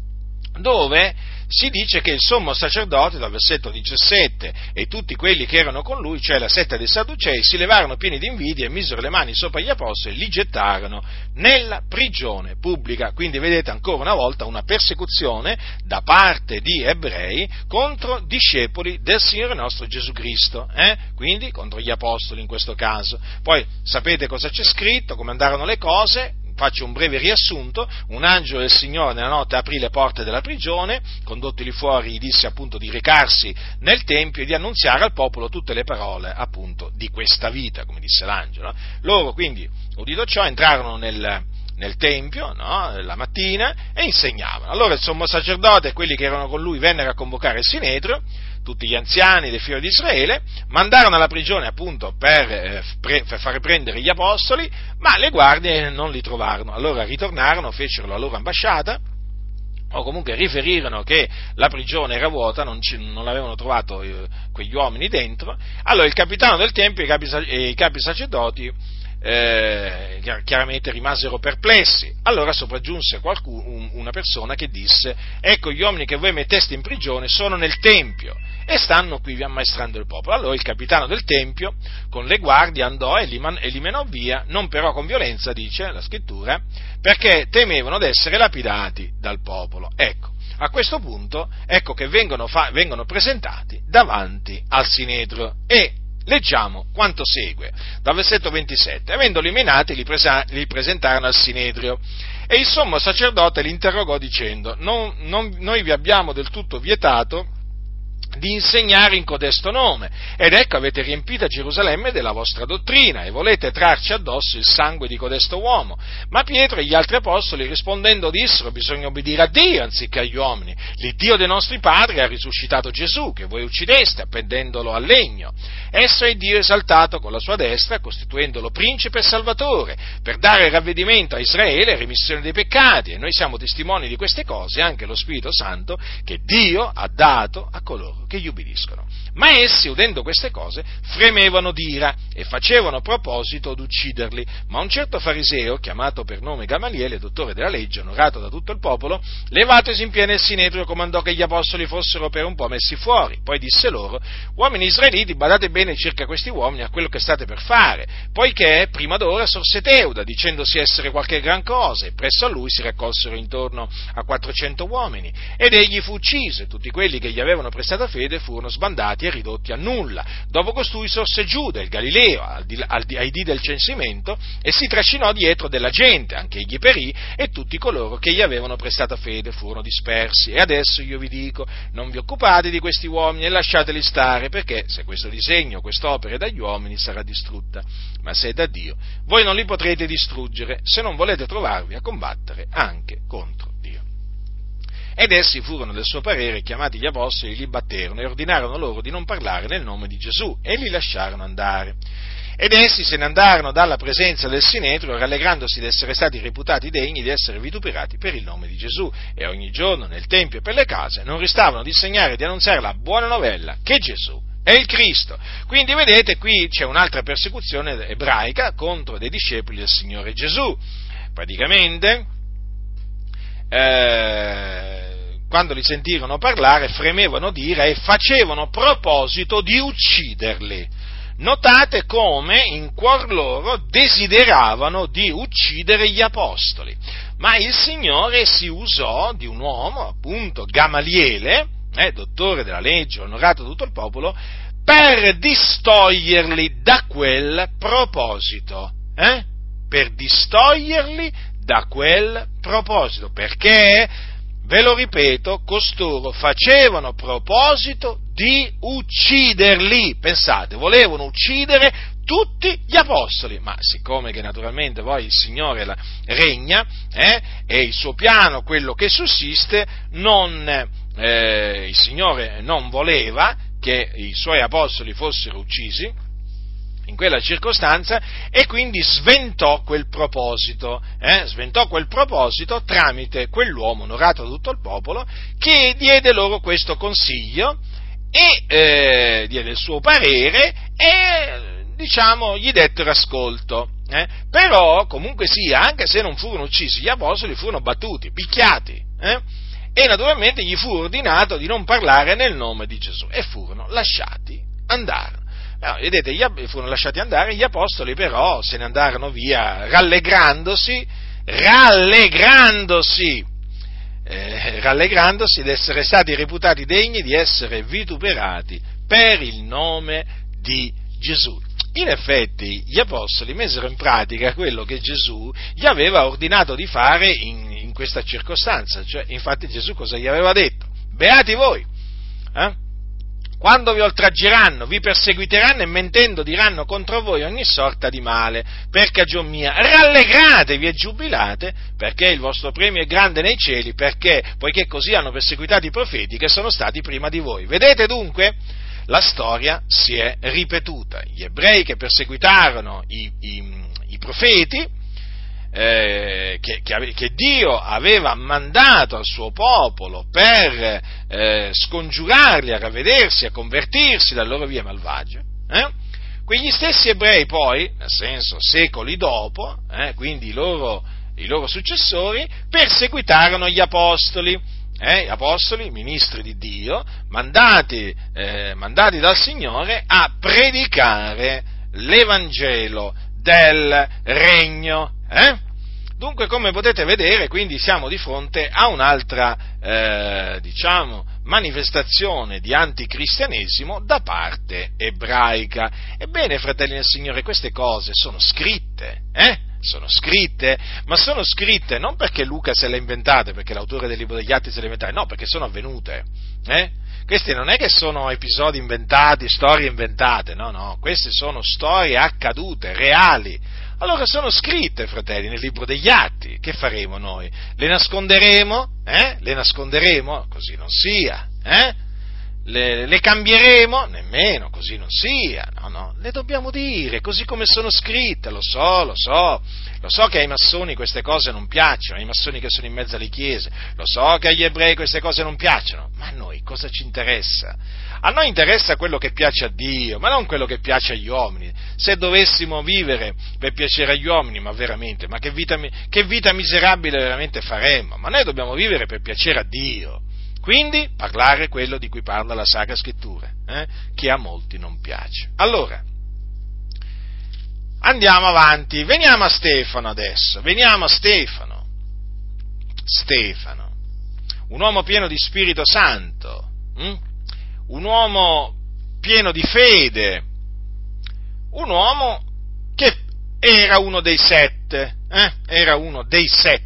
dove si dice che il sommo sacerdote, dal versetto diciassette, e tutti quelli che erano con lui, cioè la setta dei Sadducei, si levarono pieni di invidia e misero le mani sopra gli apostoli e li gettarono nella prigione pubblica. Quindi vedete ancora una volta una persecuzione da parte di ebrei contro discepoli del Signore nostro Gesù Cristo, eh? Quindi contro gli apostoli in questo caso. Poi sapete cosa c'è scritto, come andarono le cose. Faccio un breve riassunto: un angelo del Signore nella notte aprì le porte della prigione, condottili fuori gli disse appunto di recarsi nel Tempio e di annunziare al popolo tutte le parole appunto di questa vita, come disse l'angelo. Loro quindi, udito ciò, entrarono nel, nel Tempio, no, la mattina, e insegnavano. Allora il sommo sacerdote e quelli che erano con lui vennero a convocare il Sinedrio, tutti gli anziani dei figli di Israele, mandarono alla prigione appunto per, eh, pre, per fare prendere gli apostoli, ma le guardie non li trovarono. Allora ritornarono, fecero la loro ambasciata, o comunque riferirono che la prigione era vuota, non, ci, non avevano trovato eh, quegli uomini dentro. Allora il capitano del Tempio e i capi, e i capi sacerdoti Eh, chiaramente rimasero perplessi. Allora sopraggiunse qualcuno, un, una persona che disse: ecco, gli uomini che voi metteste in prigione sono nel Tempio e stanno qui vi ammaestrando il popolo. Allora il capitano del Tempio con le guardie andò e li, man, e li menò via, non però con violenza, dice la scrittura, perché temevano d'essere lapidati dal popolo. Ecco, a questo punto ecco che vengono, fa, vengono presentati davanti al Sinedrio e leggiamo quanto segue, dal versetto ventisette. Avendoli menati li, presa, li presentarono al Sinedrio e il sommo sacerdote li interrogò dicendo: non, non, noi vi abbiamo del tutto vietato di insegnare in codesto nome, ed ecco avete riempita Gerusalemme della vostra dottrina e volete trarci addosso il sangue di codesto uomo. Ma Pietro e gli altri apostoli rispondendo dissero: bisogna obbedire a Dio anziché agli uomini. L'Iddio dei nostri padri ha risuscitato Gesù, che voi uccideste appendendolo al legno. Esso è Dio esaltato con la sua destra, costituendolo principe e salvatore, per dare ravvedimento a Israele e remissione dei peccati, e noi siamo testimoni di queste cose, anche lo Spirito Santo che Dio ha dato a coloro che gli ubbidiscono. Ma essi, udendo queste cose, fremevano d'ira e facevano proposito d'ucciderli. Ma un certo fariseo, chiamato per nome Gamaliele, dottore della legge, onorato da tutto il popolo, levatosi in pieno il Sinedrio, comandò che gli apostoli fossero per un po' messi fuori. Poi disse loro: uomini israeliti, badate bene circa questi uomini a quello che state per fare, poiché prima d'ora sorse Teuda, dicendosi essere qualche gran cosa, e presso a lui si raccolsero intorno a quattrocento uomini, ed egli fu ucciso, e tutti quelli che gli avevano prestato fede furono sbandati e ridotti a nulla. Dopo costui sorse Giuda, il Galileo, al di, al di, ai dì del censimento, e si trascinò dietro della gente, anche egli perì, e tutti coloro che gli avevano prestato fede furono dispersi. E adesso io vi dico, non vi occupate di questi uomini e lasciateli stare, perché se questo disegno, quest'opera è dagli uomini, sarà distrutta, ma se è da Dio, voi non li potrete distruggere, se non volete trovarvi a combattere anche contro Dio. Ed essi furono del suo parere, chiamati gli apostoli, li batterono e ordinarono loro di non parlare nel nome di Gesù e li lasciarono andare. Ed essi se ne andarono dalla presenza del Sinedrio, rallegrandosi di essere stati reputati degni di essere vituperati per il nome di Gesù, e ogni giorno nel Tempio e per le case non restavano di insegnare e di annunziare la buona novella che Gesù è il Cristo. Quindi vedete, qui c'è un'altra persecuzione ebraica contro dei discepoli del Signore Gesù. Praticamente eh, quando li sentirono parlare, fremevano d'ira e facevano proposito di ucciderli. Notate come in cuor loro desideravano di uccidere gli apostoli, ma il Signore si usò di un uomo, appunto Gamaliele, eh, dottore della legge, onorato da tutto il popolo, per distoglierli da quel proposito, eh? per distoglierli da quel proposito, perché, ve lo ripeto, costoro facevano proposito di ucciderli. Pensate, volevano uccidere tutti gli apostoli, ma siccome che naturalmente poi il Signore la, regna, eh, e il suo piano, quello che sussiste, non, eh, il Signore non voleva che i suoi apostoli fossero uccisi in quella circostanza, e quindi sventò quel proposito, eh, sventò quel proposito tramite quell'uomo onorato da tutto il popolo, che diede loro questo consiglio e eh, diede il suo parere e, diciamo, gli dettero ascolto. Eh. Però, comunque sia, anche se non furono uccisi, gli apostoli furono battuti, picchiati, eh, e naturalmente gli fu ordinato di non parlare nel nome di Gesù, e furono lasciati andare. No, vedete, gli, furono lasciati andare, gli apostoli però se ne andarono via rallegrandosi, rallegrandosi, eh, rallegrandosi di essere stati reputati degni di essere vituperati per il nome di Gesù. In effetti gli apostoli misero in pratica quello che Gesù gli aveva ordinato di fare in, in questa circostanza, cioè infatti Gesù cosa gli aveva detto? Beati voi! Eh? Quando vi oltraggeranno, vi perseguiteranno e mentendo diranno contro voi ogni sorta di male, per cagion mia, rallegratevi e giubilate, perché il vostro premio è grande nei cieli, perché, poiché così hanno perseguitato i profeti che sono stati prima di voi. Vedete dunque? La storia si è ripetuta. Gli ebrei che perseguitarono i, i, i profeti, Eh, che, che, che Dio aveva mandato al suo popolo per eh, scongiurarli a ravvedersi, a convertirsi dalle loro vie malvagie, eh? Quegli stessi ebrei poi, nel senso secoli dopo, eh, quindi i loro, i loro successori, perseguitarono gli apostoli, eh, apostoli, ministri di Dio, mandati, eh, mandati dal Signore a predicare l'Evangelo del regno. Eh? Dunque, come potete vedere, quindi siamo di fronte a un'altra, eh, diciamo, manifestazione di anticristianesimo da parte ebraica. Ebbene, fratelli del Signore, queste cose sono scritte, eh? Sono scritte, ma sono scritte non perché Luca se le ha inventate, perché l'autore del libro degli Atti se le ha inventate, no, perché sono avvenute, eh? Questi non è che sono episodi inventati, storie inventate, no, no, queste sono storie accadute, reali. Allora sono scritte, fratelli, nel libro degli Atti. Che faremo noi? Le nasconderemo? Eh? Le nasconderemo? Così non sia. Eh? Le, le cambieremo? Nemmeno, così non sia. No, no, le dobbiamo dire, così come sono scritte, lo so, lo so. Lo so che ai massoni queste cose non piacciono, ai massoni che sono in mezzo alle chiese, lo so che agli ebrei queste cose non piacciono, ma a noi cosa ci interessa? A noi interessa quello che piace a Dio, ma non quello che piace agli uomini. Se dovessimo vivere per piacere agli uomini, ma veramente, ma che vita, che vita miserabile veramente faremmo? Ma noi dobbiamo vivere per piacere a Dio. Quindi parlare quello di cui parla la Sacra Scrittura, eh, che a molti non piace. Allora, andiamo avanti, veniamo a Stefano adesso, veniamo a Stefano. Stefano, un uomo pieno di Spirito Santo, hm? un uomo pieno di fede, un uomo che era uno dei sette, eh? era uno dei sette,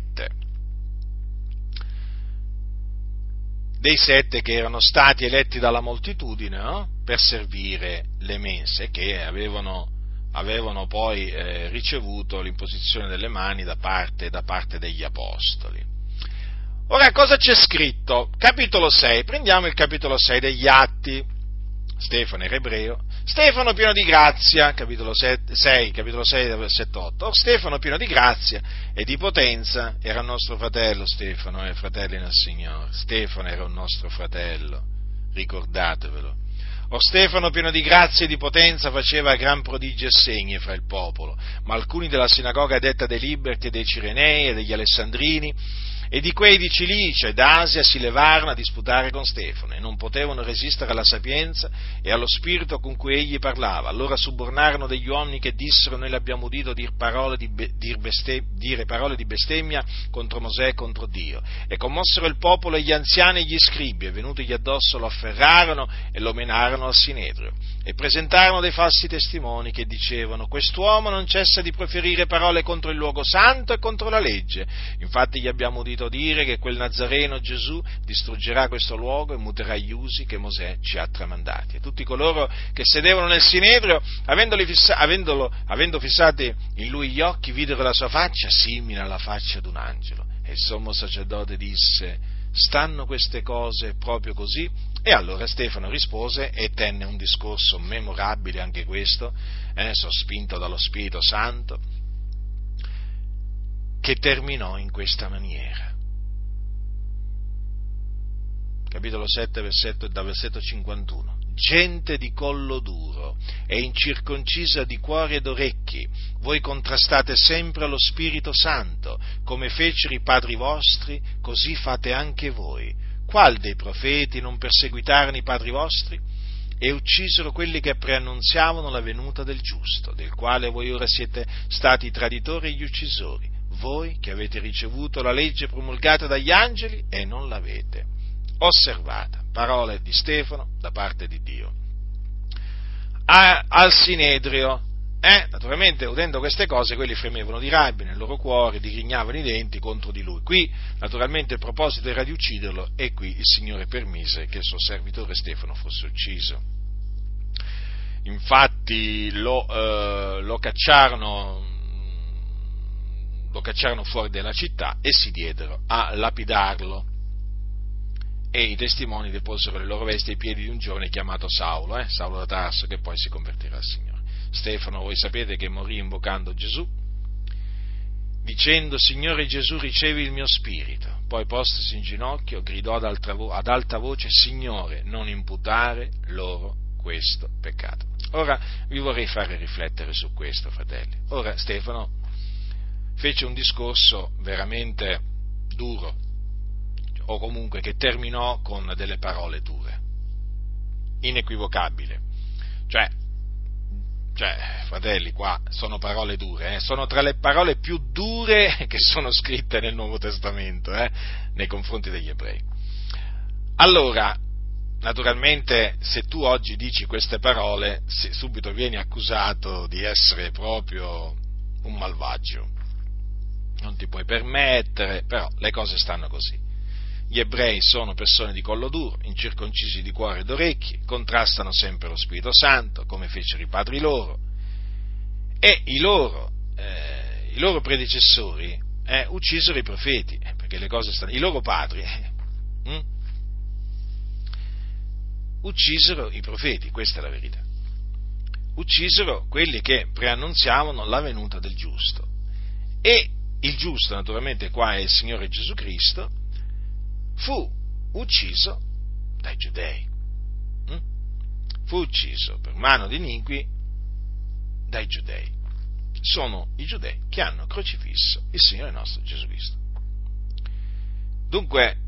dei sette che erano stati eletti dalla moltitudine, no? Per servire le mense, che avevano, avevano poi eh, ricevuto l'imposizione delle mani da parte, da parte degli apostoli. Ora, cosa c'è scritto? Capitolo sei, prendiamo il capitolo sei degli Atti. Stefano era ebreo. Stefano pieno di grazia, capitolo sei, capitolo sei, versetto otto. Stefano pieno di grazia e di potenza, era il nostro fratello Stefano, eh, fratelli nel Signore. Stefano era un nostro fratello, ricordatevelo. Or Stefano pieno di grazia e di potenza faceva gran prodigi e segni fra il popolo, ma alcuni della sinagoga detta dei Liberti e dei Cirenei e degli Alessandrini e di quei di Cilicia ed Asia si levarono a disputare con Stefano e non potevano resistere alla sapienza e allo spirito con cui egli parlava. Allora subornarono degli uomini che dissero: noi l'abbiamo udito dir parole di be, dir beste, dire parole di bestemmia contro Mosè e contro Dio. E commossero il popolo e gli anziani e gli scribi, e venutigli addosso lo afferrarono e lo menarono al Sinedrio. E presentarono dei falsi testimoni che dicevano: quest'uomo non cessa di proferire parole contro il luogo santo e contro la legge. Infatti gli abbiamo udito udito dire che quel Nazareno Gesù distruggerà questo luogo e muterà gli usi che Mosè ci ha tramandati. E tutti coloro che sedevano nel Sinedrio, avendoli fissa, avendolo, avendo fissati in lui gli occhi, videro la sua faccia simile alla faccia d'un angelo. E il sommo sacerdote disse: stanno queste cose proprio così? E allora Stefano rispose e tenne un discorso memorabile anche questo, eh, sospinto dallo Spirito Santo, che terminò in questa maniera. Capitolo sette, versetto, da versetto cinquantuno. Gente di collo duro e incirconcisa di cuore ed orecchi, voi contrastate sempre lo Spirito Santo, come fecero i padri vostri, così fate anche voi. Qual dei profeti non perseguitarono i padri vostri? E uccisero quelli che preannunziavano la venuta del giusto, del quale voi ora siete stati i traditori e gli uccisori, voi che avete ricevuto la legge promulgata dagli angeli e non l'avete osservata. Parole di Stefano da parte di Dio a, al Sinedrio. Eh, naturalmente, udendo queste cose, quelli fremevano di rabbia nel loro cuore, digrignavano i denti contro di lui. Qui, naturalmente, il proposito era di ucciderlo, e qui il Signore permise che il suo servitore Stefano fosse ucciso. Infatti lo, eh, lo cacciarono, lo cacciarono fuori dalla città e si diedero a lapidarlo. E i testimoni deposero le loro vesti ai piedi di un giovane chiamato Saulo, eh, Saulo da Tarso, che poi si convertirà al Signore. Stefano, voi sapete che morì invocando Gesù, dicendo: Signore Gesù, ricevi il mio spirito. Poi, postosi in ginocchio, gridò ad alta, vo- ad alta voce: Signore, non imputare loro questo peccato. Ora vi vorrei fare riflettere su questo, fratelli. Ora Stefano fece un discorso veramente duro, o comunque che terminò con delle parole dure, inequivocabile. Cioè, cioè, fratelli, qua sono parole dure, eh? Sono tra le parole più dure che sono scritte nel Nuovo Testamento, eh? Nei confronti degli ebrei. Allora, naturalmente, se tu oggi dici queste parole, subito vieni accusato di essere proprio un malvagio. Non ti puoi permettere, però le cose stanno così. Gli ebrei sono persone di collo duro, incirconcisi di cuore ed orecchi, contrastano sempre lo Spirito Santo, come fecero i padri loro, e i loro, eh, i loro predecessori eh, uccisero i profeti, eh, perché le cose stanno, i loro padri eh, hm? uccisero i profeti, questa è la verità, uccisero quelli che preannunziavano la venuta del giusto, e il giusto, naturalmente qua è il Signore Gesù Cristo, fu ucciso dai giudei, hm? fu ucciso per mano di iniqui dai giudei. Sono i giudei che hanno crocifisso il Signore nostro Gesù Cristo. Dunque,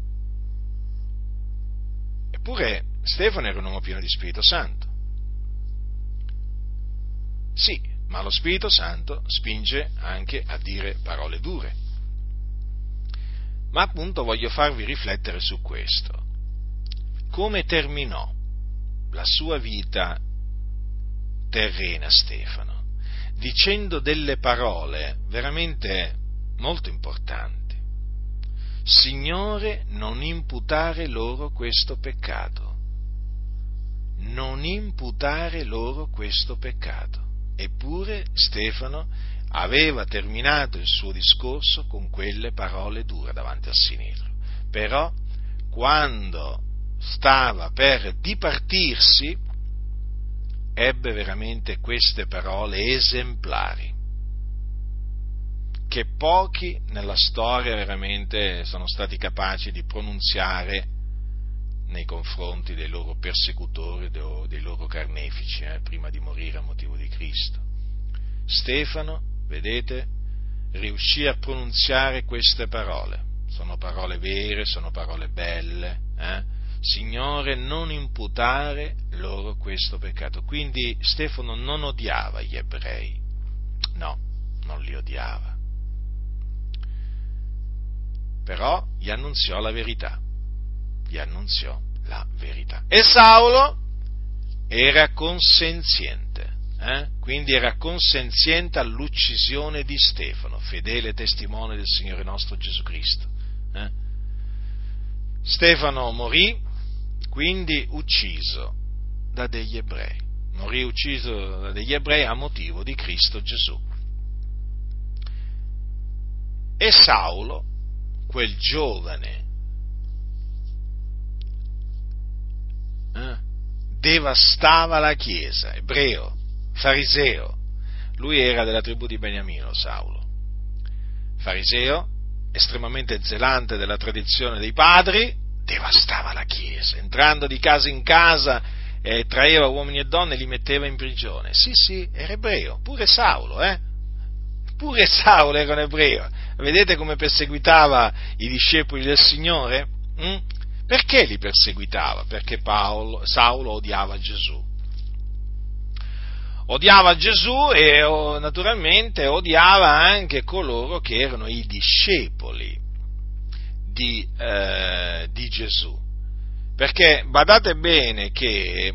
eppure Stefano era un uomo pieno di Spirito Santo. Sì, ma lo Spirito Santo spinge anche a dire parole dure. Ma appunto voglio farvi riflettere su questo. Come terminò la sua vita terrena Stefano? Dicendo delle parole veramente molto importanti. Signore, non imputare loro questo peccato. Non imputare loro questo peccato. Eppure Stefano aveva terminato il suo discorso con quelle parole dure davanti al Sinedrio. Però, quando stava per dipartirsi, ebbe veramente queste parole esemplari, che pochi nella storia veramente sono stati capaci di pronunziare nei confronti dei loro persecutori, dei loro carnefici, eh, prima di morire a motivo di Cristo. Stefano, vedete, riuscì a pronunziare queste parole. Sono parole vere, sono parole belle. Eh? Signore, non imputare loro questo peccato. Quindi Stefano non odiava gli ebrei. No, non li odiava. Però gli annunziò la verità. Gli annunziò la verità. E Saulo era consenziente. Eh? Quindi era consenziente all'uccisione di Stefano, fedele testimone del Signore nostro Gesù Cristo. Eh? Stefano morì, quindi ucciso da degli ebrei. Morì ucciso da degli ebrei a motivo di Cristo Gesù. E Saulo, quel giovane, eh, devastava la Chiesa, ebreo, fariseo. Lui era della tribù di Beniamino, Saulo. Fariseo, estremamente zelante della tradizione dei padri, devastava la Chiesa, entrando di casa in casa, eh, traeva uomini e donne e li metteva in prigione. Sì, sì, era ebreo, pure Saulo, eh? Pure Saulo era un ebreo. Vedete come perseguitava i discepoli del Signore? Mm? Perché li perseguitava? Perché Paolo, Saulo odiava Gesù. Odiava Gesù e naturalmente odiava anche coloro che erano i discepoli di, eh, di Gesù. Perché badate bene che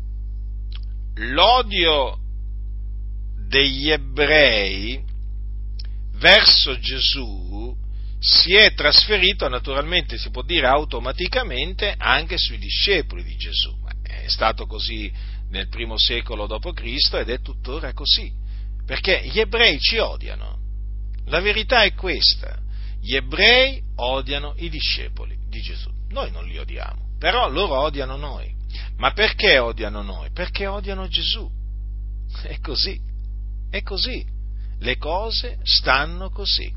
l'odio degli ebrei verso Gesù si è trasferito, naturalmente si può dire automaticamente, anche sui discepoli di Gesù. È stato così nel primo secolo dopo Cristo ed è tuttora così, perché gli ebrei ci odiano. La verità è questa: gli ebrei odiano i discepoli di Gesù. Noi non li odiamo, però loro odiano noi. Ma perché odiano noi? Perché odiano Gesù. È così, è così. Le cose stanno così.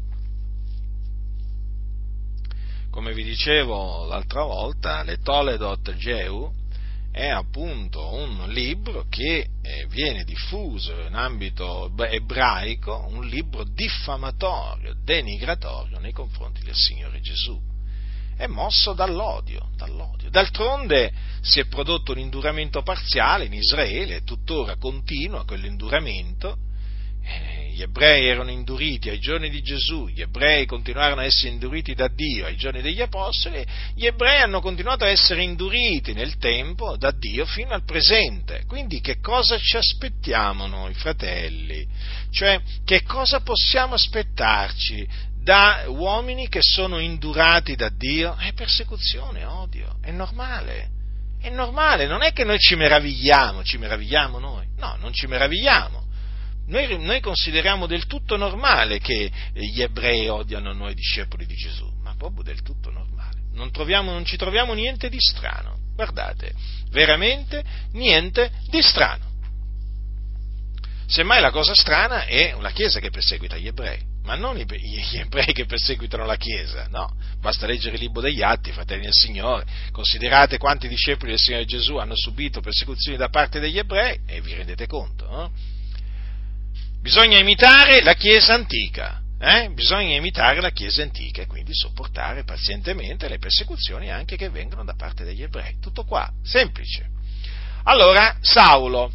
Come vi dicevo l'altra volta, le Toledot Geu è appunto un libro che viene diffuso in ambito ebraico, un libro diffamatorio, denigratorio nei confronti del Signore Gesù. È mosso dall'odio, dall'odio. D'altronde si è prodotto un induramento parziale in Israele, tuttora continua quell'induramento. Gli ebrei erano induriti ai giorni di Gesù, gli ebrei continuarono a essere induriti da Dio ai giorni degli Apostoli, gli ebrei hanno continuato a essere induriti nel tempo da Dio fino al presente. Quindi che cosa ci aspettiamo noi, fratelli? Cioè, che cosa possiamo aspettarci da uomini che sono indurati da Dio? È persecuzione, odio, è normale, è normale, non è che noi ci meravigliamo, ci meravigliamo noi, no, non ci meravigliamo. Noi, noi consideriamo del tutto normale che gli ebrei odiano noi discepoli di Gesù, ma proprio del tutto normale. Non, troviamo, non ci troviamo niente di strano, guardate, veramente niente di strano. Semmai la cosa strana è una Chiesa che perseguita gli ebrei, ma non gli ebrei che perseguitano la Chiesa, no. Basta leggere il libro degli Atti, fratelli del Signore, considerate quanti discepoli del Signore Gesù hanno subito persecuzioni da parte degli ebrei e vi rendete conto, no? Bisogna imitare la Chiesa antica, eh? bisogna imitare la Chiesa antica e quindi sopportare pazientemente le persecuzioni anche che vengono da parte degli ebrei. Tutto qua, semplice. Allora, Saulo,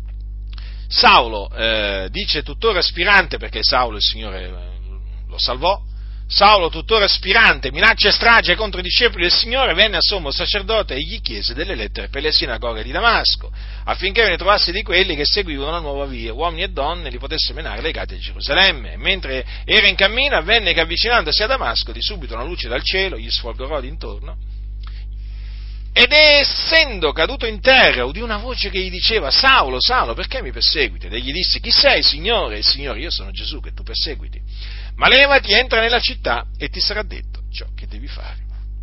Saulo eh, dice tuttora aspirante, perché Saulo il Signore eh, lo salvò, Saulo tuttora aspirante, minaccia e strage contro i discepoli del Signore, venne a sommo sacerdote e gli chiese delle lettere per le sinagoghe di Damasco, affinché ve ne trovasse di quelli che seguivano la nuova via, uomini e donne, li potesse menare legati a Gerusalemme. E mentre era in cammino, avvenne che avvicinandosi a Damasco, di subito una luce dal cielo gli sfolgorò d'intorno, ed essendo caduto in terra udì una voce che gli diceva: Saulo, Saulo, perché mi perseguiti? Ed egli disse: chi sei, Signore? E il Signore: io sono Gesù che tu perseguiti. Ma levati, entra nella città e ti sarà detto ciò che devi fare.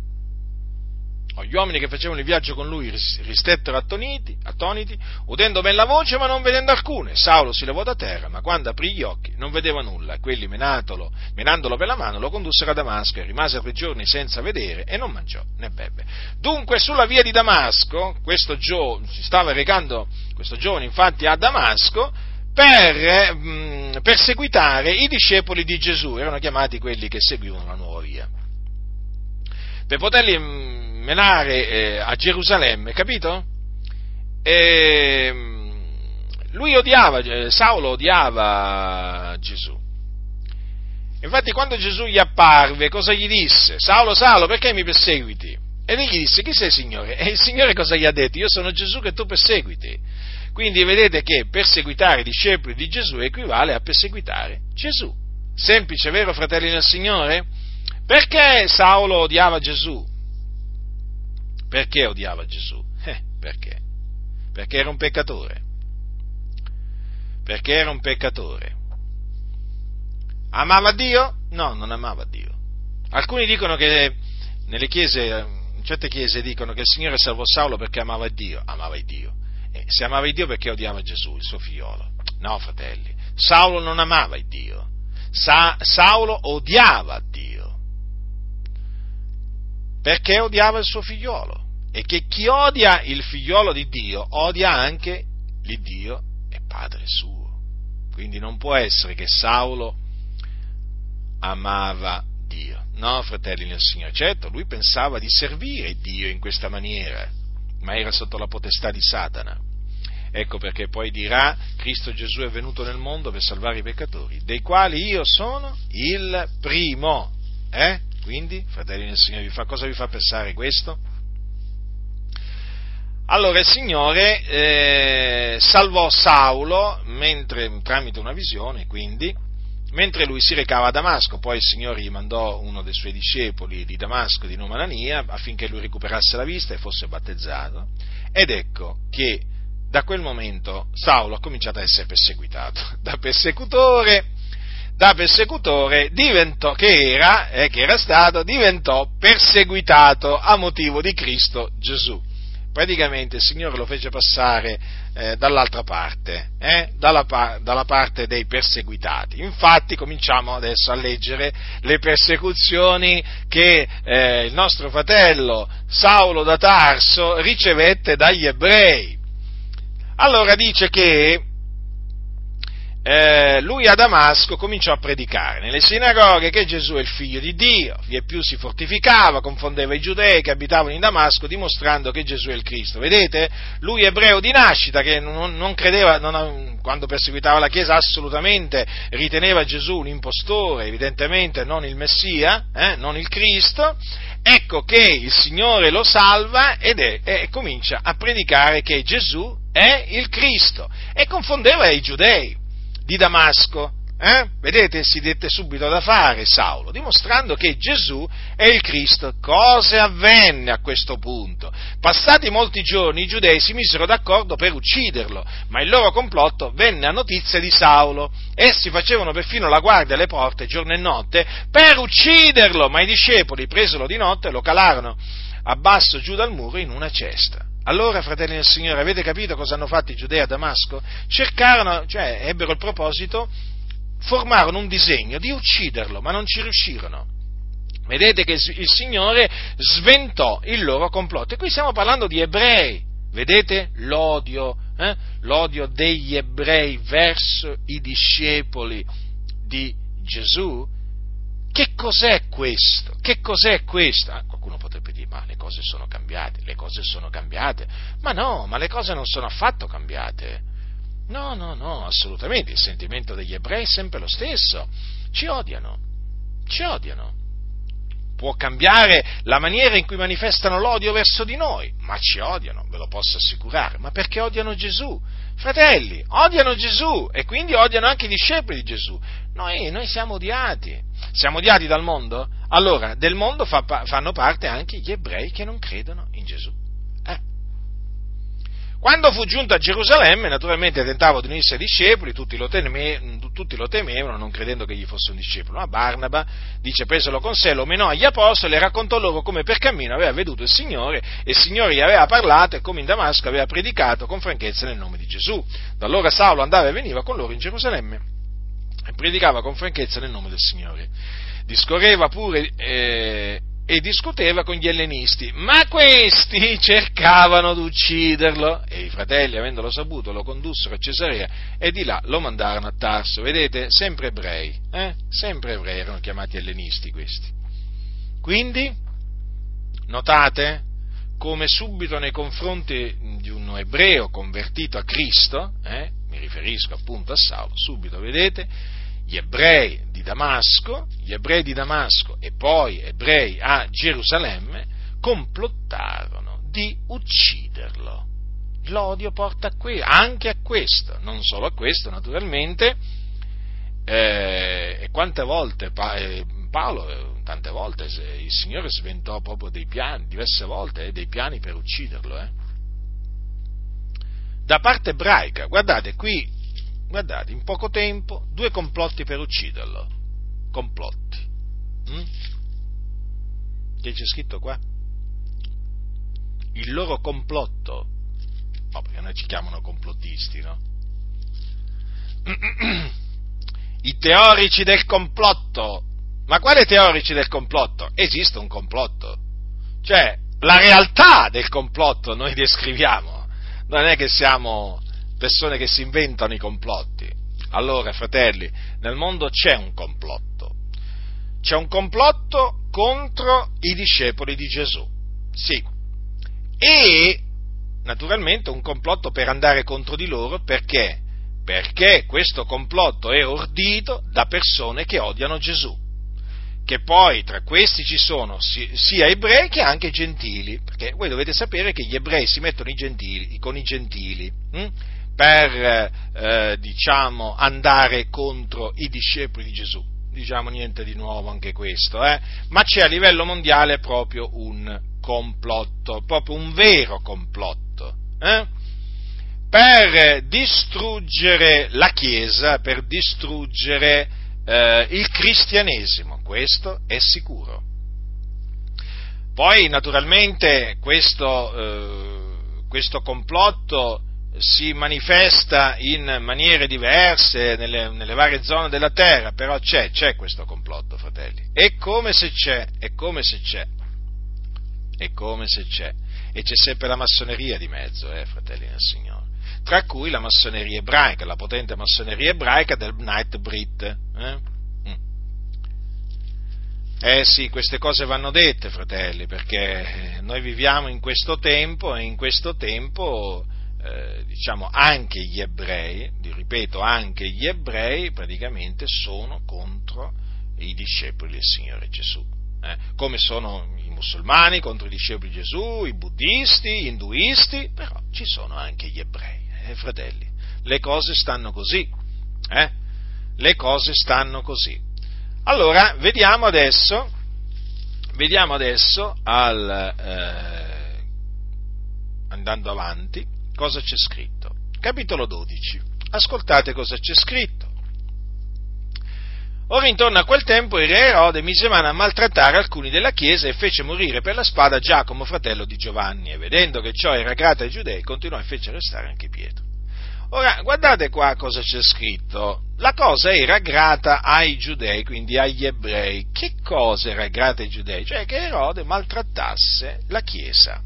Gli uomini che facevano il viaggio con lui ristettero attoniti, attoniti, udendo ben la voce ma non vedendo alcune. Saulo si levò da terra, ma quando aprì gli occhi non vedeva nulla, e quelli menatolo, menandolo per la mano lo condussero a Damasco, e rimase tre giorni senza vedere e non mangiò né bevve. Dunque sulla via di Damasco, questo gio, si stava recando questo giovane infatti a Damasco per mh, perseguitare i discepoli di Gesù, erano chiamati quelli che seguivano la nuova via, per poterli mh, menare eh, a Gerusalemme, capito? E, lui odiava, eh, Saulo odiava Gesù. Infatti quando Gesù gli apparve, cosa gli disse? Saulo, Saulo, perché mi perseguiti? E lui gli disse: chi sei, Signore? E il Signore cosa gli ha detto? Io sono Gesù che tu perseguiti. Quindi vedete che perseguitare i discepoli di Gesù equivale a perseguitare Gesù. Semplice, vero, fratelli nel Signore? Perché Saulo odiava Gesù? Perché odiava Gesù? Eh, perché? Perché era un peccatore. Perché era un peccatore. Amava Dio? No, non amava Dio. Alcuni dicono che nelle chiese, in certe chiese dicono che il Signore salvò Saulo perché amava Dio. Amava Dio. E se amava Dio, perché odiava Gesù, il suo figliolo? No, fratelli, Saulo non amava Dio. Sa- Saulo odiava Dio. Perché odiava il suo figliolo. E che chi odia il figliolo di Dio odia anche l'Iddio e Padre suo. Quindi non può essere che Saulo amava Dio. No, fratelli nel Signore, certo, lui pensava di servire Dio in questa maniera, ma era sotto la potestà di Satana. Ecco perché poi dirà: Cristo Gesù è venuto nel mondo per salvare i peccatori, dei quali io sono il primo. Eh? Quindi, fratelli nel Signore, vi fa, cosa vi fa pensare questo? Allora il Signore eh, salvò Saulo mentre, tramite una visione, quindi, mentre lui si recava a Damasco. Poi il Signore gli mandò uno dei suoi discepoli di Damasco, di nome Anania, affinché lui recuperasse la vista e fosse battezzato. Ed ecco che da quel momento Saulo ha cominciato a essere perseguitato. Da persecutore, da persecutore diventò, che era, eh, che era stato, diventò perseguitato a motivo di Cristo Gesù. Praticamente il Signore lo fece passare eh, dall'altra parte, eh, dalla, dalla parte dei perseguitati. Infatti cominciamo adesso a leggere le persecuzioni che eh, il nostro fratello Saulo da Tarso ricevette dagli ebrei. Allora dice che Eh, lui a Damasco cominciò a predicare nelle sinagoghe che Gesù è il figlio di Dio, vieppiù si fortificava, confondeva i giudei che abitavano in Damasco, dimostrando che Gesù è il Cristo. Vedete? Lui ebreo di nascita, che non, non credeva, non, quando perseguitava la Chiesa assolutamente riteneva Gesù un impostore, evidentemente non il Messia, eh, non il Cristo. Ecco che il Signore lo salva ed è, e comincia a predicare che Gesù è il Cristo, e confondeva i giudei di Damasco, eh? Vedete, si dette subito da fare Saulo, dimostrando che Gesù è il Cristo. Cosa avvenne a questo punto? Passati molti giorni i giudei si misero d'accordo per ucciderlo, ma il loro complotto venne a notizia di Saulo. Essi facevano perfino la guardia alle porte giorno e notte per ucciderlo, ma i discepoli, presolo di notte, lo calarono a basso giù dal muro in una cesta. Allora, fratelli del Signore, avete capito cosa hanno fatto i giudei a Damasco? Cercarono, cioè ebbero il proposito, formarono un disegno di ucciderlo, ma non ci riuscirono. Vedete che il Signore sventò il loro complotto. E qui stiamo parlando di ebrei. Vedete l'odio, eh? l'odio degli ebrei verso i discepoli di Gesù? Che cos'è questo? Che cos'è questo? Ah, qualcuno potrebbe dire: ma le cose sono cambiate, le cose sono cambiate. Ma no, ma le cose non sono affatto cambiate. No, no, no, assolutamente. Il sentimento degli ebrei è sempre lo stesso. Ci odiano, ci odiano. Può cambiare la maniera in cui manifestano l'odio verso di noi, ma ci odiano, ve lo posso assicurare. Ma perché odiano Gesù? Fratelli, odiano Gesù e quindi odiano anche i discepoli di Gesù. Noi, noi siamo odiati. Siamo odiati dal mondo? Allora, del mondo fa, fanno parte anche gli ebrei che non credono in Gesù. Eh. Quando fu giunto a Gerusalemme, naturalmente tentava di unirsi ai discepoli, tutti lo, teme, tutti lo temevano, non credendo che gli fosse un discepolo. Ma Barnaba, dice, preselo con sé, lo menò agli apostoli e raccontò loro come per cammino aveva veduto il Signore, e il Signore gli aveva parlato, e come in Damasco aveva predicato con franchezza nel nome di Gesù. Da allora Saulo andava e veniva con loro in Gerusalemme e predicava con franchezza nel nome del Signore. Discorreva pure eh, e discuteva con gli ellenisti, ma questi cercavano di ucciderlo, e i fratelli, avendolo saputo, lo condussero a Cesarea e di là lo mandarono a Tarso. Vedete, sempre ebrei, eh? sempre ebrei, erano chiamati ellenisti questi. Quindi, notate come subito nei confronti di un ebreo convertito a Cristo, eh? mi riferisco appunto a Saulo, subito vedete, gli ebrei di Damasco, gli ebrei di Damasco e poi ebrei a Gerusalemme complottarono di ucciderlo. L'odio porta a que- anche a questo, non solo a questo naturalmente, eh, e quante volte pa- eh, Paolo tante volte il Signore sventò proprio dei piani, diverse volte, eh, dei piani per ucciderlo, eh. Da parte ebraica, guardate qui, guardate, in poco tempo, due complotti per ucciderlo, complotti. Mm? Che c'è scritto qua? Il loro complotto, no, perché noi ci chiamano complottisti, no? I teorici del complotto. Ma quale teorici del complotto? Esiste un complotto. Cioè, la realtà del complotto noi descriviamo. Non è che siamo persone che si inventano i complotti. Allora, fratelli, nel mondo c'è un complotto. C'è un complotto contro i discepoli di Gesù. Sì. E, naturalmente, un complotto per andare contro di loro, perché? Perché questo complotto è ordito da persone che odiano Gesù, che poi tra questi ci sono sia ebrei che anche gentili, perché voi dovete sapere che gli ebrei si mettono i gentili, con i gentili hm? per eh, diciamo andare contro i discepoli di Gesù. Diciamo niente di nuovo anche questo, eh? Ma c'è a livello mondiale proprio un complotto, proprio un vero complotto, eh? per distruggere la Chiesa, per distruggere eh, il cristianesimo, questo è sicuro. Poi naturalmente questo, eh, questo complotto si manifesta in maniere diverse nelle, nelle varie zone della terra, però c'è, c'è questo complotto, fratelli, è come se c'è, è come se c'è, è come se c'è, e c'è sempre la massoneria di mezzo, eh, fratelli nel Signore. Tra cui la massoneria ebraica, la potente massoneria ebraica del B'nai B'rith. Eh? Mm. eh sì, queste cose vanno dette, fratelli, perché noi viviamo in questo tempo e in questo tempo, eh, diciamo, anche gli ebrei, ripeto, anche gli ebrei praticamente sono contro i discepoli del Signore Gesù. Eh? Come sono i musulmani contro i discepoli di Gesù, i buddisti, gli induisti, però ci sono anche gli ebrei. Eh, fratelli, le cose stanno così, eh? Le cose stanno così. Allora, vediamo adesso, vediamo adesso, al, eh, andando avanti, cosa c'è scritto. Capitolo dodici, ascoltate cosa c'è scritto. Ora intorno a quel tempo il re Erode mise mano a maltrattare alcuni della chiesa e fece morire per la spada Giacomo, fratello di Giovanni, e vedendo che ciò era grato ai giudei, continuò e fece arrestare anche Pietro. Ora, guardate qua cosa c'è scritto. La cosa era grata ai giudei, quindi agli ebrei. Che cosa era grata ai giudei? Cioè che Erode maltrattasse la chiesa.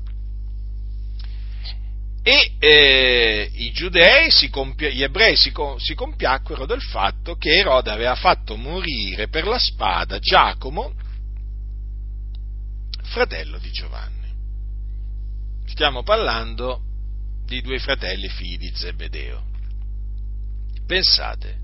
E eh, i giudei, si compia- gli ebrei si, si compiacquero del fatto che Erode aveva fatto morire per la spada Giacomo, fratello di Giovanni. Stiamo parlando di due fratelli figli di Zebedeo. Pensate,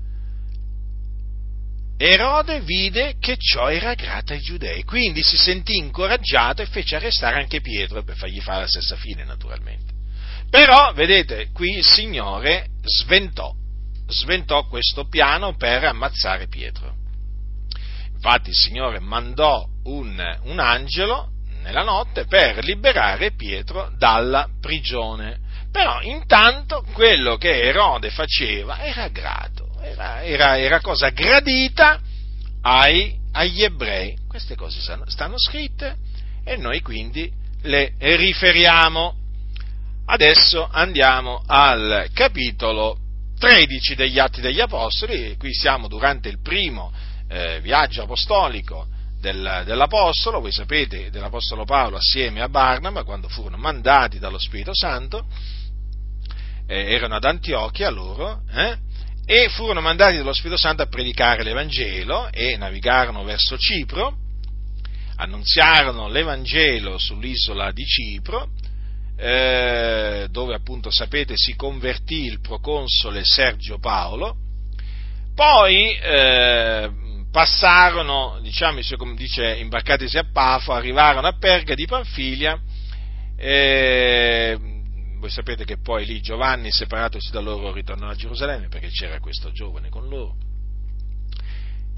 Erode vide che ciò era grato ai giudei, quindi si sentì incoraggiato e fece arrestare anche Pietro per fargli fare la stessa fine, naturalmente. Però, vedete, qui il Signore sventò, sventò questo piano per ammazzare Pietro. Infatti il Signore mandò un, un angelo nella notte per liberare Pietro dalla prigione. Però intanto quello che Erode faceva era grato, era, era, era cosa gradita ai, agli ebrei. Queste cose stanno, stanno scritte e noi quindi le riferiamo. Adesso andiamo al capitolo tredici degli Atti degli Apostoli, qui siamo durante il primo eh, viaggio apostolico del, dell'Apostolo, voi sapete dell'Apostolo Paolo assieme a Barnaba, quando furono mandati dallo Spirito Santo, eh, erano ad Antiochia loro, eh, e furono mandati dallo Spirito Santo a predicare l'Evangelo e navigarono verso Cipro, annunziarono l'Evangelo sull'isola di Cipro, Eh, dove appunto sapete si convertì il proconsole Sergio Paolo, poi eh, passarono, diciamo, come dice, imbarcatisi a Pafo, arrivarono a Perga di Panfilia, eh, voi sapete che poi lì Giovanni, separatosi da loro, ritornò a Gerusalemme perché c'era questo giovane con loro.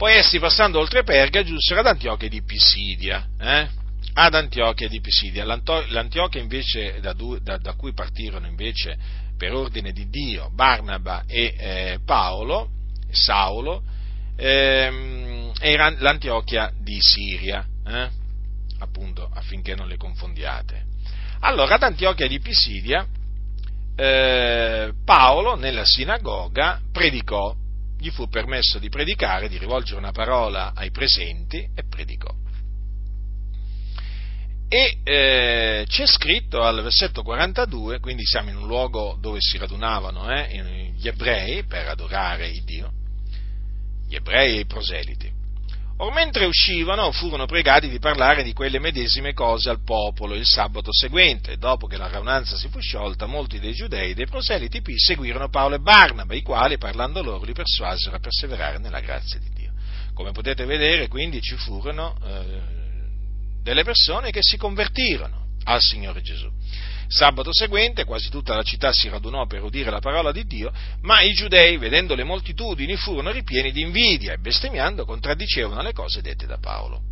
Poi essi, passando oltre Perga, giunsero ad Antiochia di Pisidia, eh? ad Antiochia di Pisidia. L'Antiochia invece da, da, da cui partirono invece per ordine di Dio Barnaba e eh, Paolo, Saulo, ehm, era l'Antiochia di Siria, eh? appunto, affinché non le confondiate. Allora, ad Antiochia di Pisidia, eh, Paolo nella sinagoga predicò, gli fu permesso di predicare, di rivolgere una parola ai presenti, e predicò. E eh, c'è scritto al versetto quarantadue, quindi siamo in un luogo dove si radunavano eh, gli ebrei per adorare il Dio, gli ebrei e i proseliti. Or mentre uscivano furono pregati di parlare di quelle medesime cose al popolo il sabato seguente. Dopo che la raunanza si fu sciolta, molti dei giudei e dei proseliti seguirono Paolo e Barnaba, i quali, parlando loro, li persuasero a perseverare nella grazia di Dio. Come potete vedere, quindi, ci furono eh, delle persone che si convertirono al Signore Gesù. Sabato seguente quasi tutta la città si radunò per udire la parola di Dio, ma i giudei, vedendo le moltitudini, furono ripieni di invidia e bestemmiando contraddicevano le cose dette da Paolo.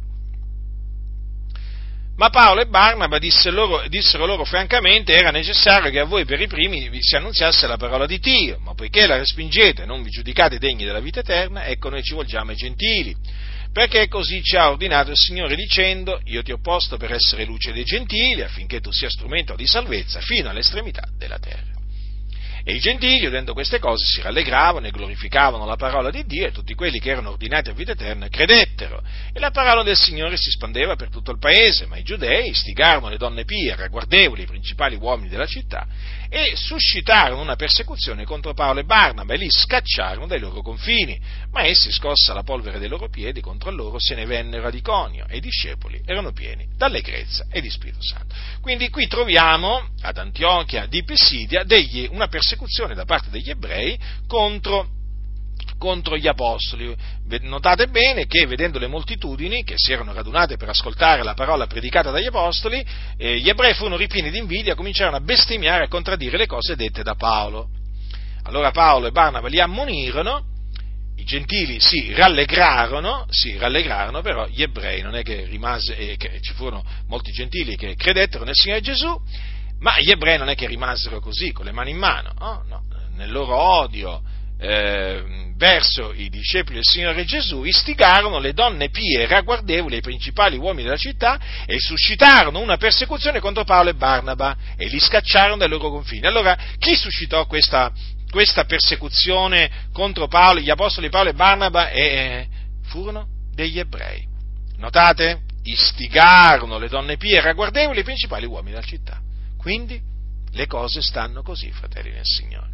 Ma Paolo e Barnaba dissero loro, dissero loro francamente: era necessario che a voi per i primi vi si annunziasse la parola di Dio, ma poiché la respingete e non vi giudicate degni della vita eterna, ecco noi ci volgiamo ai gentili. Perché così ci ha ordinato il Signore dicendo: io ti ho posto per essere luce dei gentili, affinché tu sia strumento di salvezza fino all'estremità della terra. E i gentili, udendo queste cose, si rallegravano e glorificavano la parola di Dio, e tutti quelli che erano ordinati a vita eterna credettero. E la parola del Signore si spandeva per tutto il paese, ma i giudei istigarono le donne pie, ragguardevoli, i principali uomini della città, e suscitarono una persecuzione contro Paolo e Barnaba, e li scacciarono dai loro confini. Ma essi, scossa la polvere dei loro piedi, contro loro se ne vennero ad Iconio, e i discepoli erano pieni d'allegrezza e di Spirito Santo. Quindi qui troviamo, ad Antiochia di Pisidia, degli, una persecuzione da parte degli ebrei contro, contro gli apostoli. Notate bene che, vedendo le moltitudini che si erano radunate per ascoltare la parola predicata dagli apostoli, eh, gli ebrei furono ripieni di invidia, cominciarono a bestemmiare e a contraddire le cose dette da Paolo. Allora Paolo e Barnaba li ammonirono. I gentili si rallegrarono, si rallegrarono, però gli ebrei non è che rimase, eh, che ci furono molti gentili che credettero nel Signore Gesù, ma gli ebrei non è che rimasero così, con le mani in mano, no, no, nel loro odio eh, verso i discepoli del Signore Gesù, istigarono le donne pie e ragguardevoli ai principali uomini della città e suscitarono una persecuzione contro Paolo e Barnaba e li scacciarono dai loro confini. Allora, chi suscitò questa questa persecuzione contro Paolo, gli apostoli Paolo e Barnaba? E furono degli ebrei. Notate? Istigarono le donne pie e ragguardevoli i principali uomini della città. Quindi le cose stanno così, fratelli nel Signore.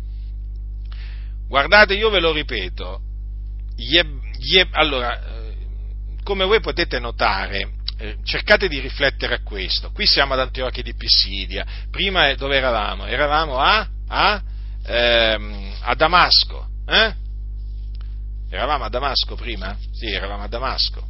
Guardate, io ve lo ripeto, gli, gli, allora, come voi potete notare, eh, cercate di riflettere a questo. Qui siamo ad Antiochia di Pisidia. Prima dove eravamo? Eravamo a... a Ehm, a Damasco, eh? Eravamo a Damasco prima? Sì, eravamo a Damasco.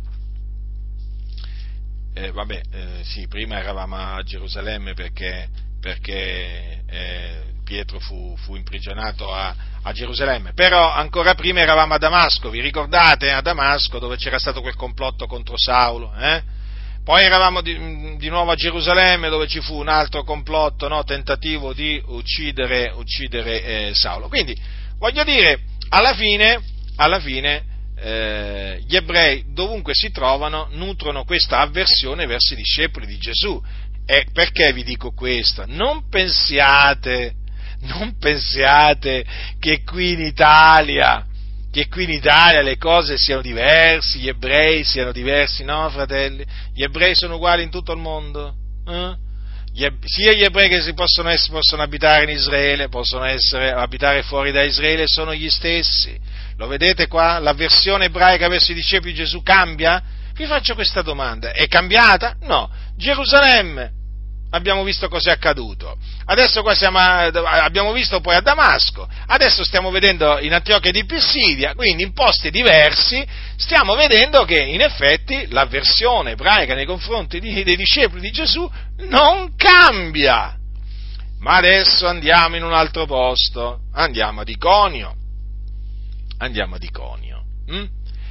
Eh, vabbè, eh, sì, prima eravamo a Gerusalemme perché, perché eh, Pietro fu, fu imprigionato a, a Gerusalemme, però ancora prima eravamo a Damasco, vi ricordate? A Damasco, dove c'era stato quel complotto contro Saulo, eh? Poi eravamo di, di nuovo a Gerusalemme, dove ci fu un altro complotto, no? Tentativo di uccidere, uccidere eh, Saulo. Quindi, voglio dire, alla fine, alla fine eh, gli ebrei, dovunque si trovano, nutrono questa avversione verso i discepoli di Gesù. E perché vi dico questo? Non pensiate, non pensiate che qui in Italia... che qui in Italia le cose siano diverse, gli ebrei siano diversi, no fratelli? Gli ebrei sono uguali in tutto il mondo, eh? Gli, sia gli ebrei che si possono, essere, possono abitare in Israele, possono essere, abitare fuori da Israele, sono gli stessi. Lo vedete qua? La versione ebraica verso i discepoli di Gesù cambia? Vi faccio questa domanda, è cambiata? No. Gerusalemme, abbiamo visto cos'è accaduto. Adesso qua siamo a, abbiamo visto poi a Damasco, adesso stiamo vedendo in Antiochia di Pisidia, quindi in posti diversi stiamo vedendo che in effetti l'avversione ebraica nei confronti di, dei discepoli di Gesù non cambia. Ma adesso andiamo in un altro posto, andiamo ad Iconio, andiamo ad Iconio. Hm?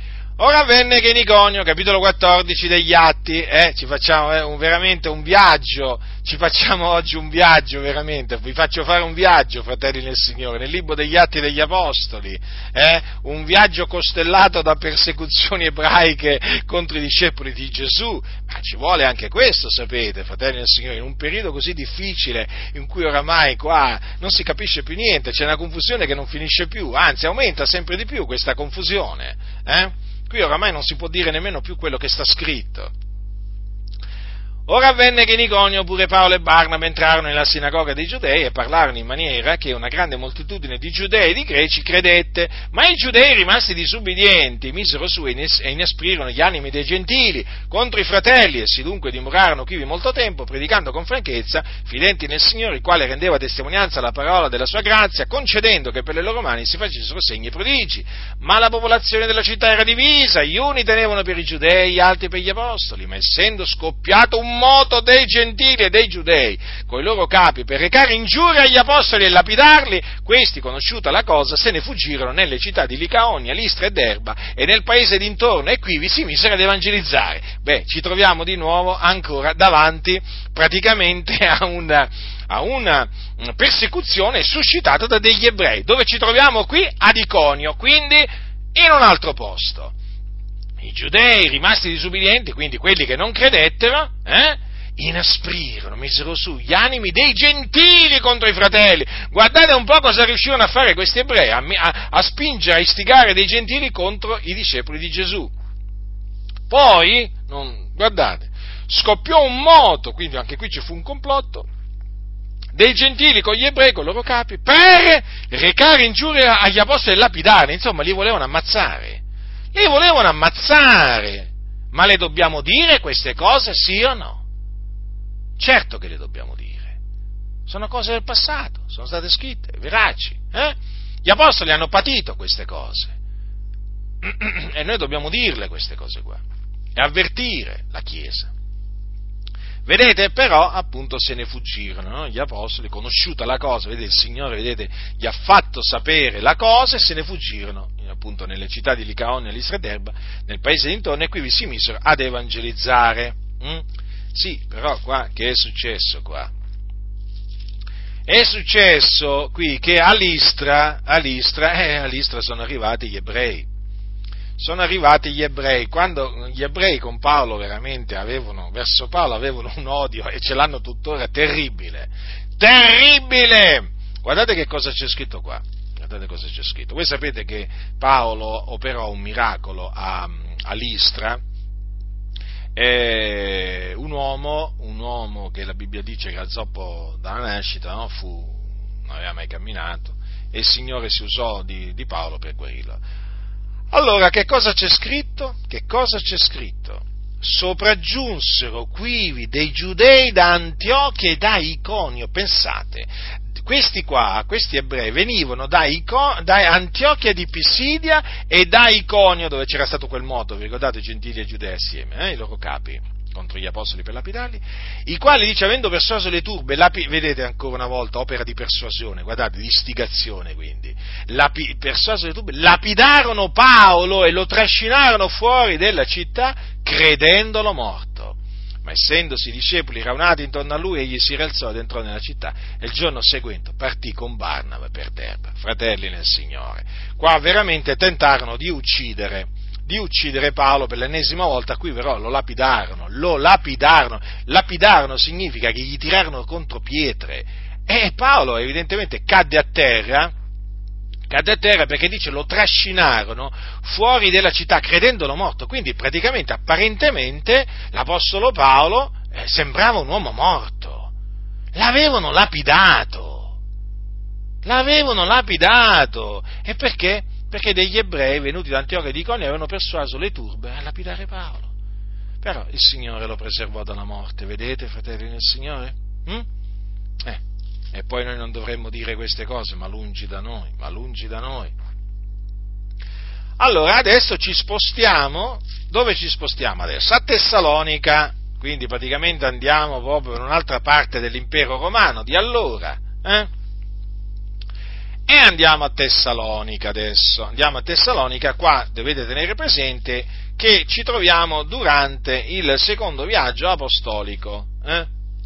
Ora avvenne che in Iconio, capitolo quattordici degli Atti, eh, ci facciamo eh, un, veramente un viaggio, ci facciamo oggi un viaggio veramente, vi faccio fare un viaggio, fratelli nel Signore, nel libro degli Atti degli Apostoli, eh, un viaggio costellato da persecuzioni ebraiche contro i discepoli di Gesù, ma ci vuole anche questo, sapete, fratelli nel Signore, in un periodo così difficile in cui oramai qua non si capisce più niente, c'è una confusione che non finisce più, anzi aumenta sempre di più questa confusione, eh? Qui oramai non si può dire nemmeno più quello che sta scritto. Ora avvenne che in Iconio pure Paolo e Barnaba entrarono nella sinagoga dei Giudei e parlarono in maniera che una grande moltitudine di Giudei e di Greci credette, ma i Giudei, rimasti disubbidienti, misero su e inesprirono gli animi dei gentili contro i fratelli, essi dunque dimorarono quivi molto tempo, predicando con franchezza, fidenti nel Signore, il quale rendeva testimonianza alla parola della sua grazia, concedendo che per le loro mani si facessero segni e prodigi. Ma la popolazione della città era divisa, gli uni tenevano per i Giudei, gli altri per gli apostoli, ma essendo scoppiato un moto dei gentili e dei giudei coi loro capi per recare ingiuria agli apostoli e lapidarli, questi, conosciuta la cosa, se ne fuggirono nelle città di Licaonia, Listra e Derba e nel paese d'intorno, e qui vi si misero ad evangelizzare. Beh, ci troviamo di nuovo ancora davanti praticamente a una, a una persecuzione suscitata da degli ebrei. Dove ci troviamo qui? Ad Iconio, quindi in un altro posto. I giudei rimasti disubbidienti, quindi quelli che non credettero, eh, inasprirono, misero su gli animi dei gentili contro i fratelli. Guardate un po' cosa riuscirono a fare questi ebrei, a, a, a spingere, a istigare dei gentili contro i discepoli di Gesù. Poi, non, guardate, scoppiò un moto, quindi anche qui ci fu un complotto, dei gentili con gli ebrei, con i loro capi, per recare ingiuria agli apostoli e lapidarli, insomma li volevano ammazzare. Li volevano ammazzare, ma le dobbiamo dire queste cose, sì o no? Certo che le dobbiamo dire, sono cose del passato, sono state scritte, veraci, eh? Gli apostoli hanno patito queste cose, e noi dobbiamo dirle queste cose qua, e avvertire la Chiesa. Vedete, però, appunto, se ne fuggirono, no? Gli apostoli, conosciuta la cosa, vedete, il Signore, vedete, gli ha fatto sapere la cosa e se ne fuggirono, appunto, nelle città di Licaonia, Listra e Derba, nel paese d'intorno, e qui vi si misero ad evangelizzare. Mm? Sì, però qua, che è successo qua? È successo qui che a Listra, a Listra, eh, a Listra sono arrivati gli ebrei. Sono arrivati gli ebrei, quando gli ebrei con Paolo veramente avevano, verso Paolo avevano un odio, e ce l'hanno tuttora, terribile, terribile! Guardate che cosa c'è scritto qua, guardate cosa c'è scritto. Voi sapete che Paolo operò un miracolo a, a Listra, e un uomo, un uomo che la Bibbia dice che era zoppo dalla nascita, no? Fu, non aveva mai camminato, e il Signore si usò di, di Paolo per guarirlo. Allora, che cosa c'è scritto? Che cosa c'è scritto? Sopraggiunsero quivi dei giudei da Antiochia e da Iconio. Pensate, questi qua, questi ebrei, venivano da, Icon- da Antiochia di Pisidia e da Iconio, dove c'era stato quel moto, vi ricordate, gentili e giudei assieme, eh, i loro capi, contro gli apostoli per lapidarli, i quali, dice, avendo persuaso le turbe, lapi- vedete ancora una volta, opera di persuasione, guardate, di istigazione quindi, lapi- persuaso le turbe, lapidarono Paolo e lo trascinarono fuori della città, credendolo morto. Ma essendosi i discepoli raunati intorno a lui, egli si rialzò ed entrò nella città, e il giorno seguente partì con Barnaba per Derba. Fratelli nel Signore, qua veramente tentarono di uccidere di uccidere Paolo per l'ennesima volta, qui però lo lapidarono, lo lapidarono, lapidarono significa che gli tirarono contro pietre, e Paolo evidentemente cadde a terra, cadde a terra perché dice lo trascinarono fuori della città credendolo morto, quindi praticamente, apparentemente, l'apostolo Paolo eh, sembrava un uomo morto, l'avevano lapidato, l'avevano lapidato, e perché? Perché degli ebrei venuti da Antiochia e di Iconio avevano persuaso le turbe a lapidare Paolo. Però il Signore lo preservò dalla morte, vedete, fratelli nel Signore? Mm? Eh, e poi noi non dovremmo dire queste cose, ma lungi da noi, ma lungi da noi. Allora, adesso ci spostiamo, dove ci spostiamo adesso? A Tessalonica, quindi praticamente andiamo proprio in un'altra parte dell'impero romano di allora, eh? E andiamo a Tessalonica adesso, andiamo a Tessalonica, qua dovete tenere presente che ci troviamo durante il secondo viaggio apostolico. Eh?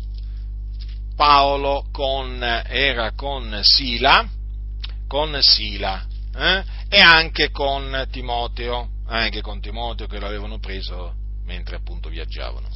Paolo con, era con Sila, con Sila eh? e anche con Timoteo, anche con Timoteo che lo avevano preso mentre appunto viaggiavano.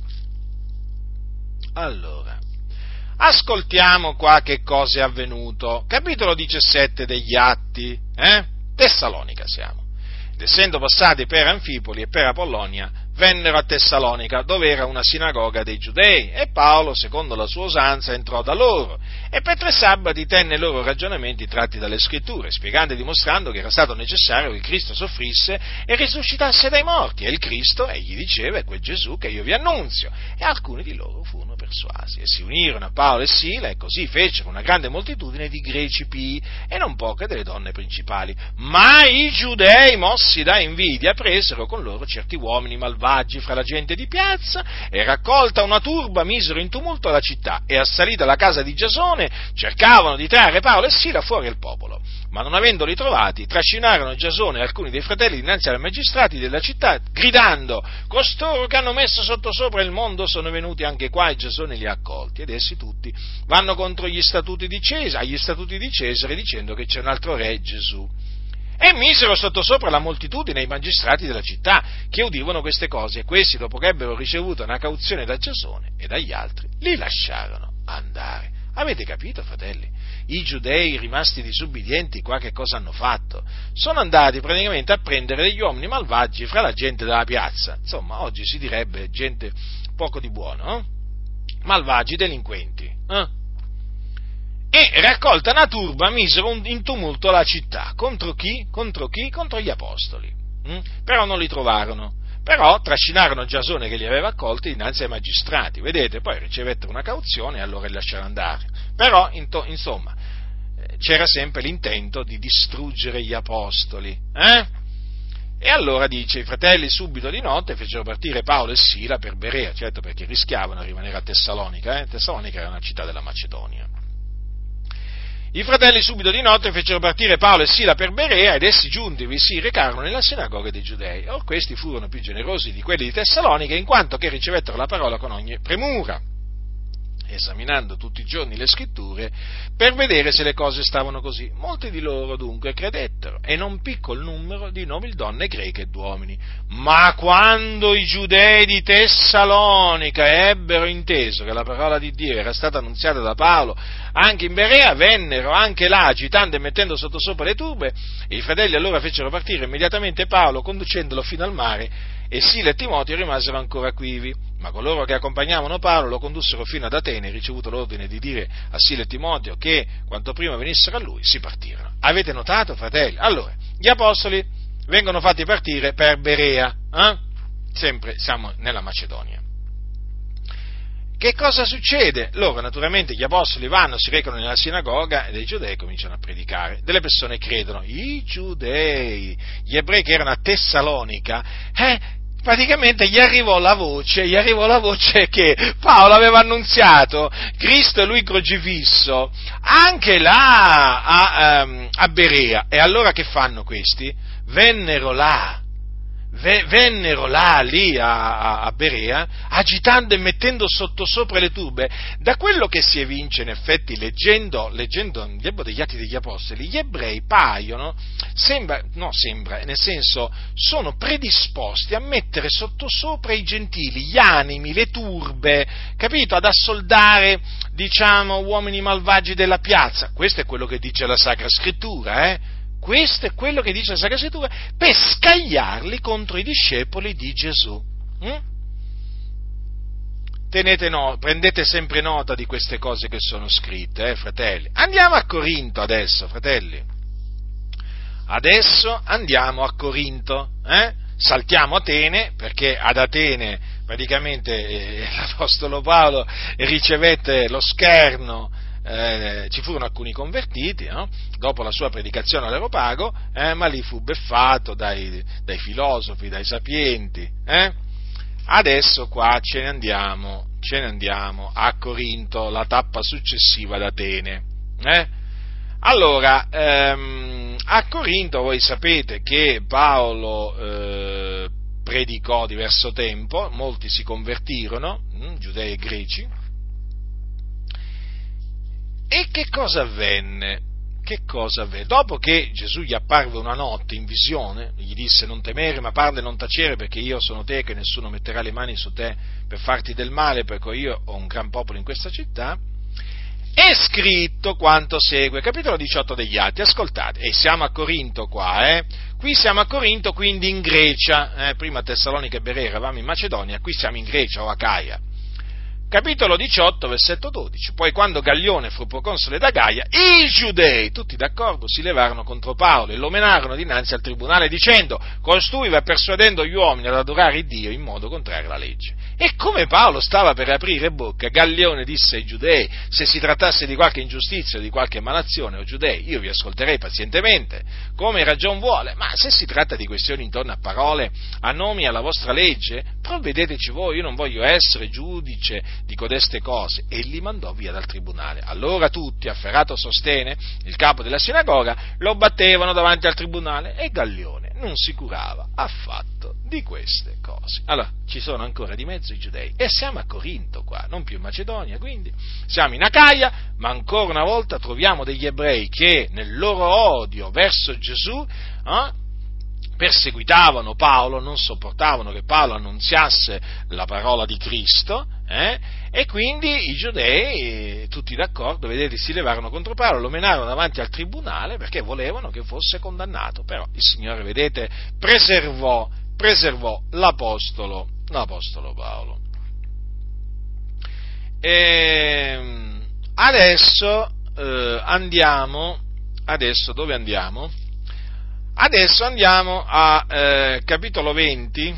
Allora, ascoltiamo qua che cosa è avvenuto. Capitolo diciassette degli Atti, eh? Tessalonica siamo. Ed essendo passati per Anfipoli e per Apollonia, vennero a Tessalonica, dove era una sinagoga dei Giudei, e Paolo, secondo la sua usanza, entrò da loro, e per tre sabati tenne loro ragionamenti tratti dalle Scritture, spiegando e dimostrando che era stato necessario che Cristo soffrisse e risuscitasse dai morti, e il Cristo, egli diceva, è quel Gesù che io vi annunzio, e alcuni di loro furono persuasi, e si unirono a Paolo e Sila, e così fecero una grande moltitudine di greci pii, e non poche delle donne principali, ma i giudei, mossi da invidia, presero con loro certi uomini malvagi fra la gente di piazza, e raccolta una turba misero in tumulto la città, e assalita la casa di Giasone cercavano di trarre Paolo e Sila fuori il popolo, ma non avendoli trovati trascinarono Giasone e alcuni dei fratelli dinanzi ai magistrati della città, gridando: costoro che hanno messo sottosopra il mondo sono venuti anche qua, e Giasone li ha accolti, ed essi tutti vanno contro gli statuti di Cesare, agli statuti di Cesare, dicendo che c'è un altro re, Gesù. E misero sottosopra la moltitudine i magistrati della città, che udivano queste cose, e questi, dopo che ebbero ricevuto una cauzione da Giasone e dagli altri, li lasciarono andare. Avete capito, fratelli? I giudei rimasti disubbidienti qua che cosa hanno fatto? Sono andati praticamente a prendere degli uomini malvagi fra la gente della piazza, insomma, oggi si direbbe gente poco di buono, eh? Malvagi, delinquenti, eh? E raccolta una turba misero in tumulto la città. Contro chi? Contro chi? Contro gli apostoli. Mm? Però non li trovarono. Però trascinarono Giasone che li aveva accolti dinanzi ai magistrati. Vedete? Poi ricevettero una cauzione e allora li lasciarono andare. Però, into, insomma, c'era sempre l'intento di distruggere gli apostoli. Eh? E allora dice, i fratelli subito di notte fecero partire Paolo e Sila per Berea, certo perché rischiavano di rimanere a Tessalonica. Eh? Tessalonica era una città della Macedonia. I fratelli subito di notte fecero partire Paolo e Sila per Berea, ed essi giuntivi si recarono nella sinagoga dei Giudei. Or questi furono più generosi di quelli di Tessalonica, in quanto che ricevettero la parola con ogni premura, esaminando tutti i giorni le scritture per vedere se le cose stavano così. Molti di loro dunque credettero, e non piccol numero di nobildonne greche e d'uomini. Ma quando i giudei di Tessalonica ebbero inteso che la parola di Dio era stata annunziata da Paolo anche in Berea, vennero anche là agitando e mettendo sottosopra le turbe, e i fratelli allora fecero partire immediatamente Paolo, conducendolo fino al mare, e Sila e Timoteo rimasero ancora quivi. Ma coloro che accompagnavano Paolo lo condussero fino ad Atene, e ricevuto l'ordine di dire a Sila e Timoteo che quanto prima venissero a lui, si partirono. Avete notato, fratelli? Allora, gli apostoli vengono fatti partire per Berea, eh? Sempre siamo nella Macedonia. Che cosa succede? Loro, naturalmente, gli apostoli vanno, si recano nella sinagoga e dei giudei cominciano a predicare. Delle persone credono. I giudei, gli ebrei che erano a Tessalonica, eh, praticamente gli arrivò la voce, gli arrivò la voce che Paolo aveva annunziato Cristo e lui crocifisso anche là a, um, a Berea. E allora che fanno questi? Vennero là. Vennero là, lì a, a Berea, agitando e mettendo sottosopra le turbe. Da quello che si evince, in effetti, leggendo, leggendo il libro degli Atti degli Apostoli, gli ebrei paiono, sembra, no sembra, nel senso, sono predisposti a mettere sottosopra i gentili, gli animi, le turbe, capito? Ad assoldare, diciamo, uomini malvagi della piazza. Questo è quello che dice la Sacra Scrittura, eh? Questo è quello che dice la Sacra Scrittura, per scagliarli contro i discepoli di Gesù. Mm? Tenete no, prendete sempre nota di queste cose che sono scritte, eh, fratelli. Andiamo a Corinto adesso, fratelli. Adesso andiamo a Corinto, eh? Saltiamo Atene, perché ad Atene praticamente eh, l'Apostolo Paolo ricevette lo scherno. Eh, ci furono alcuni convertiti, no? Dopo la sua predicazione all'Areopago, eh, ma lì fu beffato dai, dai filosofi, dai sapienti. Eh? Adesso qua ce ne andiamo, ce ne andiamo a Corinto, la tappa successiva ad Atene. Eh? Allora, ehm, a Corinto voi sapete che Paolo eh, predicò diverso tempo, molti si convertirono, hm, giudei e greci, e che cosa avvenne? Che cosa avvenne? Dopo che Gesù gli apparve una notte in visione, gli disse: non temere, ma parla e non tacere, perché io sono te, che nessuno metterà le mani su te per farti del male, perché io ho un gran popolo in questa città. È scritto quanto segue, capitolo diciotto degli Atti, ascoltate, e siamo a Corinto qua, eh? Qui siamo a Corinto, quindi in Grecia, eh? Prima a Tessalonica e Berea eravamo in Macedonia, qui siamo in Grecia o Acaia. Capitolo diciotto, versetto dodici, poi quando Gaglione fu proconsole da Gaia, i giudei, tutti d'accordo, si levarono contro Paolo e lo menarono dinanzi al tribunale dicendo: costui va persuadendo gli uomini ad adorare Dio in modo contrario alla legge. E come Paolo stava per aprire bocca, Gaglione disse ai giudei: se si trattasse di qualche ingiustizia o di qualche malazione, o giudei, io vi ascolterei pazientemente, come ragion vuole, ma se si tratta di questioni intorno a parole, a nomi e alla vostra legge, provvedeteci voi, io non voglio essere giudice di codeste cose, e li mandò via dal tribunale. Allora tutti, afferrato Sostene, il capo della sinagoga, lo battevano davanti al tribunale, e Gaglione non si curava affatto di queste cose. Allora, ci sono ancora di mezzo i giudei, e siamo a Corinto qua, non più in Macedonia, quindi siamo in Acaia, ma ancora una volta troviamo degli ebrei che nel loro odio verso Gesù eh, perseguitavano Paolo, non sopportavano che Paolo annunziasse la parola di Cristo, eh? E quindi i giudei, tutti d'accordo, vedete, si levarono contro Paolo, lo menarono davanti al tribunale perché volevano che fosse condannato, però il Signore, vedete, preservò, preservò l'apostolo, l'apostolo Paolo. E adesso eh, andiamo, adesso dove andiamo? Adesso andiamo a eh, capitolo venti,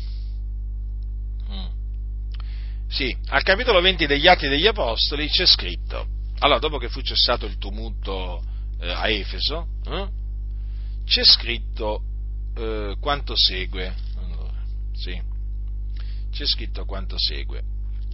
mm. sì, al capitolo venti degli Atti degli Apostoli c'è scritto, allora dopo che fu cessato il tumulto eh, a Efeso, eh, c'è scritto eh, quanto segue, allora, sì, c'è scritto quanto segue,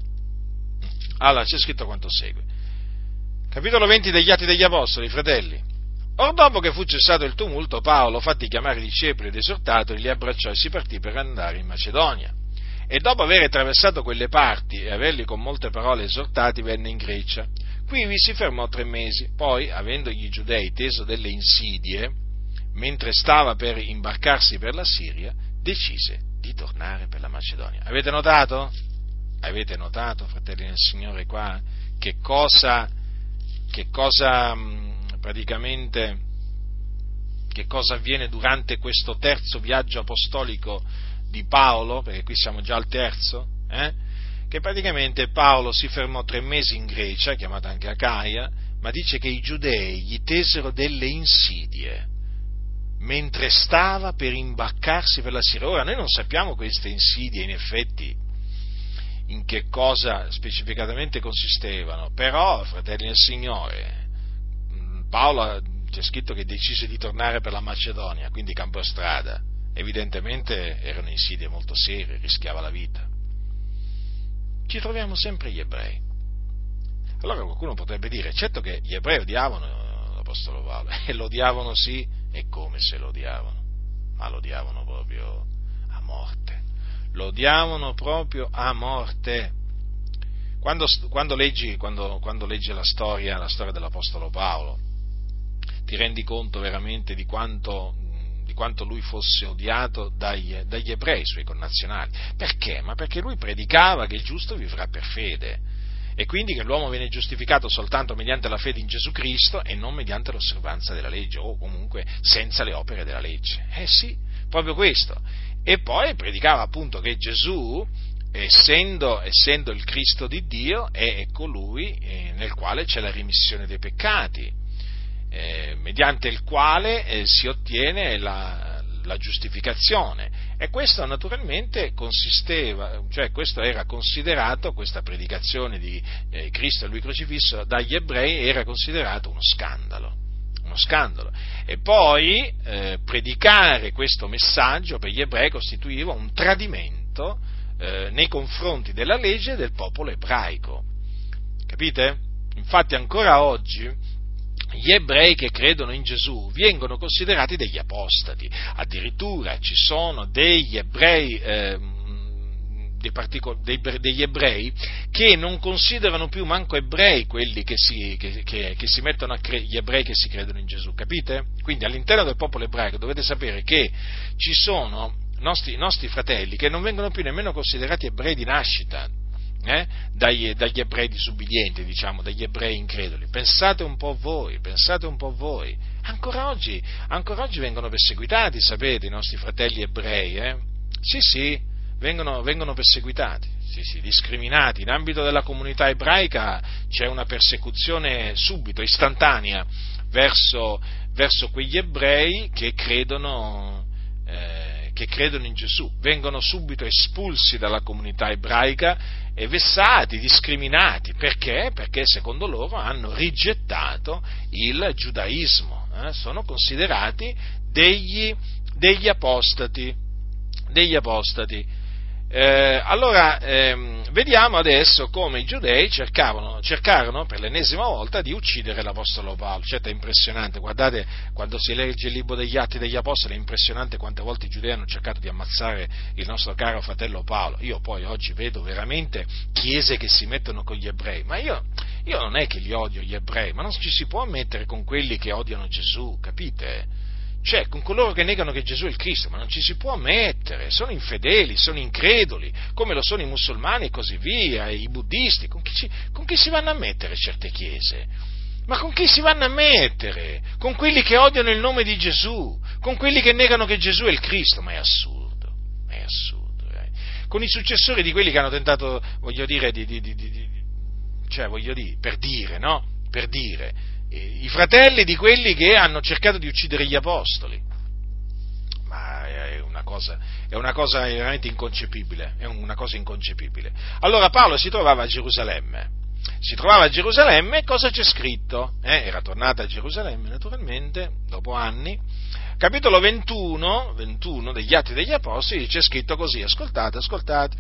allora c'è scritto quanto segue, capitolo venti degli Atti degli Apostoli, fratelli. Or dopo che fu cessato il tumulto, Paolo, fatti chiamare i discepoli ed esortatori, li abbracciò e si partì per andare in Macedonia. E dopo aver attraversato quelle parti e averli con molte parole esortati, venne in Grecia. Qui vi si fermò tre mesi. Poi, avendo gli giudei teso delle insidie, mentre stava per imbarcarsi per la Siria, decise di tornare per la Macedonia. Avete notato? Avete notato, fratelli del Signore, qua che cosa, che cosa praticamente che cosa avviene durante questo terzo viaggio apostolico di Paolo, perché qui siamo già al terzo, eh? Che praticamente Paolo si fermò tre mesi in Grecia, chiamata anche Acaia, ma dice che i giudei gli tesero delle insidie mentre stava per imbarcarsi per la Siria. Ora, noi non sappiamo queste insidie in effetti in che cosa specificatamente consistevano, però, fratelli del Signore, Paolo c'è scritto che decise di tornare per la Macedonia, quindi campostrada. Evidentemente erano insidie molto serie, rischiava la vita. Ci troviamo sempre gli ebrei. Allora qualcuno potrebbe dire, certo che gli ebrei odiavano l'Apostolo Paolo, e lo odiavano sì, e come se lo odiavano? Ma lo odiavano proprio a morte. Lo odiavano proprio a morte. Quando, quando, leggi, quando, quando leggi la storia, la storia dell'Apostolo Paolo, ti rendi conto veramente di quanto, di quanto lui fosse odiato dagli, dagli ebrei, suoi connazionali. Perché? Ma perché lui predicava che il giusto vivrà per fede, e quindi che l'uomo viene giustificato soltanto mediante la fede in Gesù Cristo e non mediante l'osservanza della legge, o comunque senza le opere della legge. Eh sì, proprio questo. E poi predicava appunto che Gesù, essendo, essendo il Cristo di Dio, è colui eh, nel quale c'è la rimissione dei peccati, Eh, mediante il quale eh, si ottiene la, la giustificazione, e questo naturalmente consisteva, cioè questo era considerato, questa predicazione di eh, Cristo e lui crocifisso dagli ebrei era considerato uno scandalo, uno scandalo, e poi eh, predicare questo messaggio per gli ebrei costituiva un tradimento eh, nei confronti della legge del popolo ebraico, capite? Infatti ancora oggi gli ebrei che credono in Gesù vengono considerati degli apostati. Addirittura ci sono degli ebrei, eh, dei particol- dei, degli ebrei che non considerano più manco ebrei quelli che si, che, che, che si mettono a cre- gli ebrei che si credono in Gesù, capite? Quindi all'interno del popolo ebraico dovete sapere che ci sono nostri, nostri fratelli che non vengono più nemmeno considerati ebrei di nascita, Eh? Dagli, dagli ebrei disubbidienti, diciamo, dagli ebrei increduli. Pensate un po' voi, pensate un po' voi. Ancora oggi, ancora oggi vengono perseguitati, sapete, i nostri fratelli ebrei, eh? Sì, sì, vengono, vengono perseguitati, sì, sì, discriminati. In ambito della comunità ebraica c'è una persecuzione subito, istantanea, verso, verso quegli ebrei che credono, eh, che credono in Gesù. Vengono subito espulsi dalla comunità ebraica e vessati, discriminati. Perché? Perché secondo loro hanno rigettato il giudaismo, eh? Sono considerati degli, degli apostati, degli apostati. Eh, allora, ehm, vediamo adesso come i giudei cercavano, cercarono per l'ennesima volta di uccidere l'apostolo Paolo. Certo, è impressionante, guardate, quando si legge il libro degli Atti degli Apostoli, è impressionante quante volte i giudei hanno cercato di ammazzare il nostro caro fratello Paolo. Io poi oggi vedo veramente chiese che si mettono con gli ebrei, ma io, io non è che li odio gli ebrei, ma non ci si può mettere con quelli che odiano Gesù, capite? Cioè, con coloro che negano che Gesù è il Cristo, ma non ci si può mettere, sono infedeli, sono increduli, come lo sono i musulmani e così via, i buddisti, con chi, ci, con chi si vanno a mettere certe chiese? Ma con chi si vanno a mettere? Con quelli che odiano il nome di Gesù, con quelli che negano che Gesù è il Cristo, ma è assurdo, è assurdo. Eh? Con i successori di quelli che hanno tentato, voglio dire, di, di, di, di, di cioè, voglio dire, per dire, no? Per dire. I fratelli di quelli che hanno cercato di uccidere gli apostoli, ma è una cosa, è una cosa veramente inconcepibile, è una cosa inconcepibile. Allora Paolo si trovava a Gerusalemme, si trovava a Gerusalemme, cosa c'è scritto? Eh, era tornato a Gerusalemme naturalmente, dopo anni, capitolo ventuno, ventuno degli Atti degli Apostoli, c'è scritto così, ascoltate, ascoltate.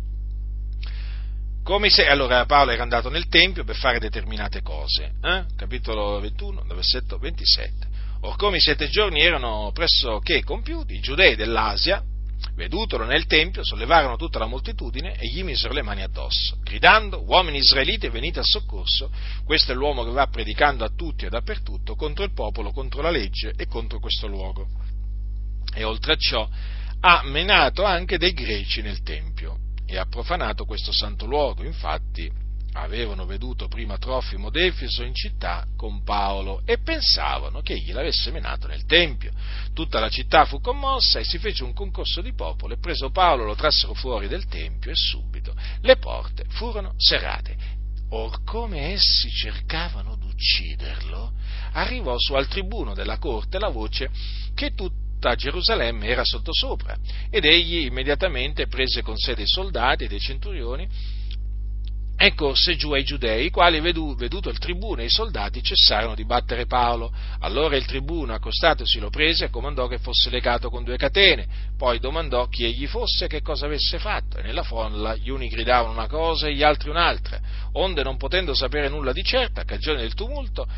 Come se, allora Paolo era andato nel Tempio per fare determinate cose, eh? Capitolo ventuno, versetto ventisette. Or come i sette giorni erano pressoché compiuti, i giudei dell'Asia, vedutolo nel Tempio, sollevarono tutta la moltitudine e gli misero le mani addosso, gridando: uomini israeliti, venite al soccorso, questo è l'uomo che va predicando a tutti e dappertutto contro il popolo, contro la legge e contro questo luogo. E oltre a ciò ha menato anche dei greci nel Tempio e ha profanato questo santo luogo. Infatti avevano veduto prima Trofimo d'Efeso in città con Paolo e pensavano che egli l'avesse menato nel Tempio. Tutta la città fu commossa e si fece un concorso di popolo e preso Paolo lo trassero fuori del Tempio e subito le porte furono serrate. Or come essi cercavano d'ucciderlo, arrivò su al tribuno della corte la voce che tutti a Gerusalemme era sottosopra, ed egli immediatamente prese con sé dei soldati e dei centurioni e corse giù ai giudei, i quali veduto il tribuno e i soldati cessarono di battere Paolo. Allora il tribuno, accostatosi, lo prese e comandò che fosse legato con due catene, poi domandò chi egli fosse e che cosa avesse fatto, e nella folla gli uni gridavano una cosa e gli altri un'altra, onde non potendo sapere nulla di certo a cagione del tumulto,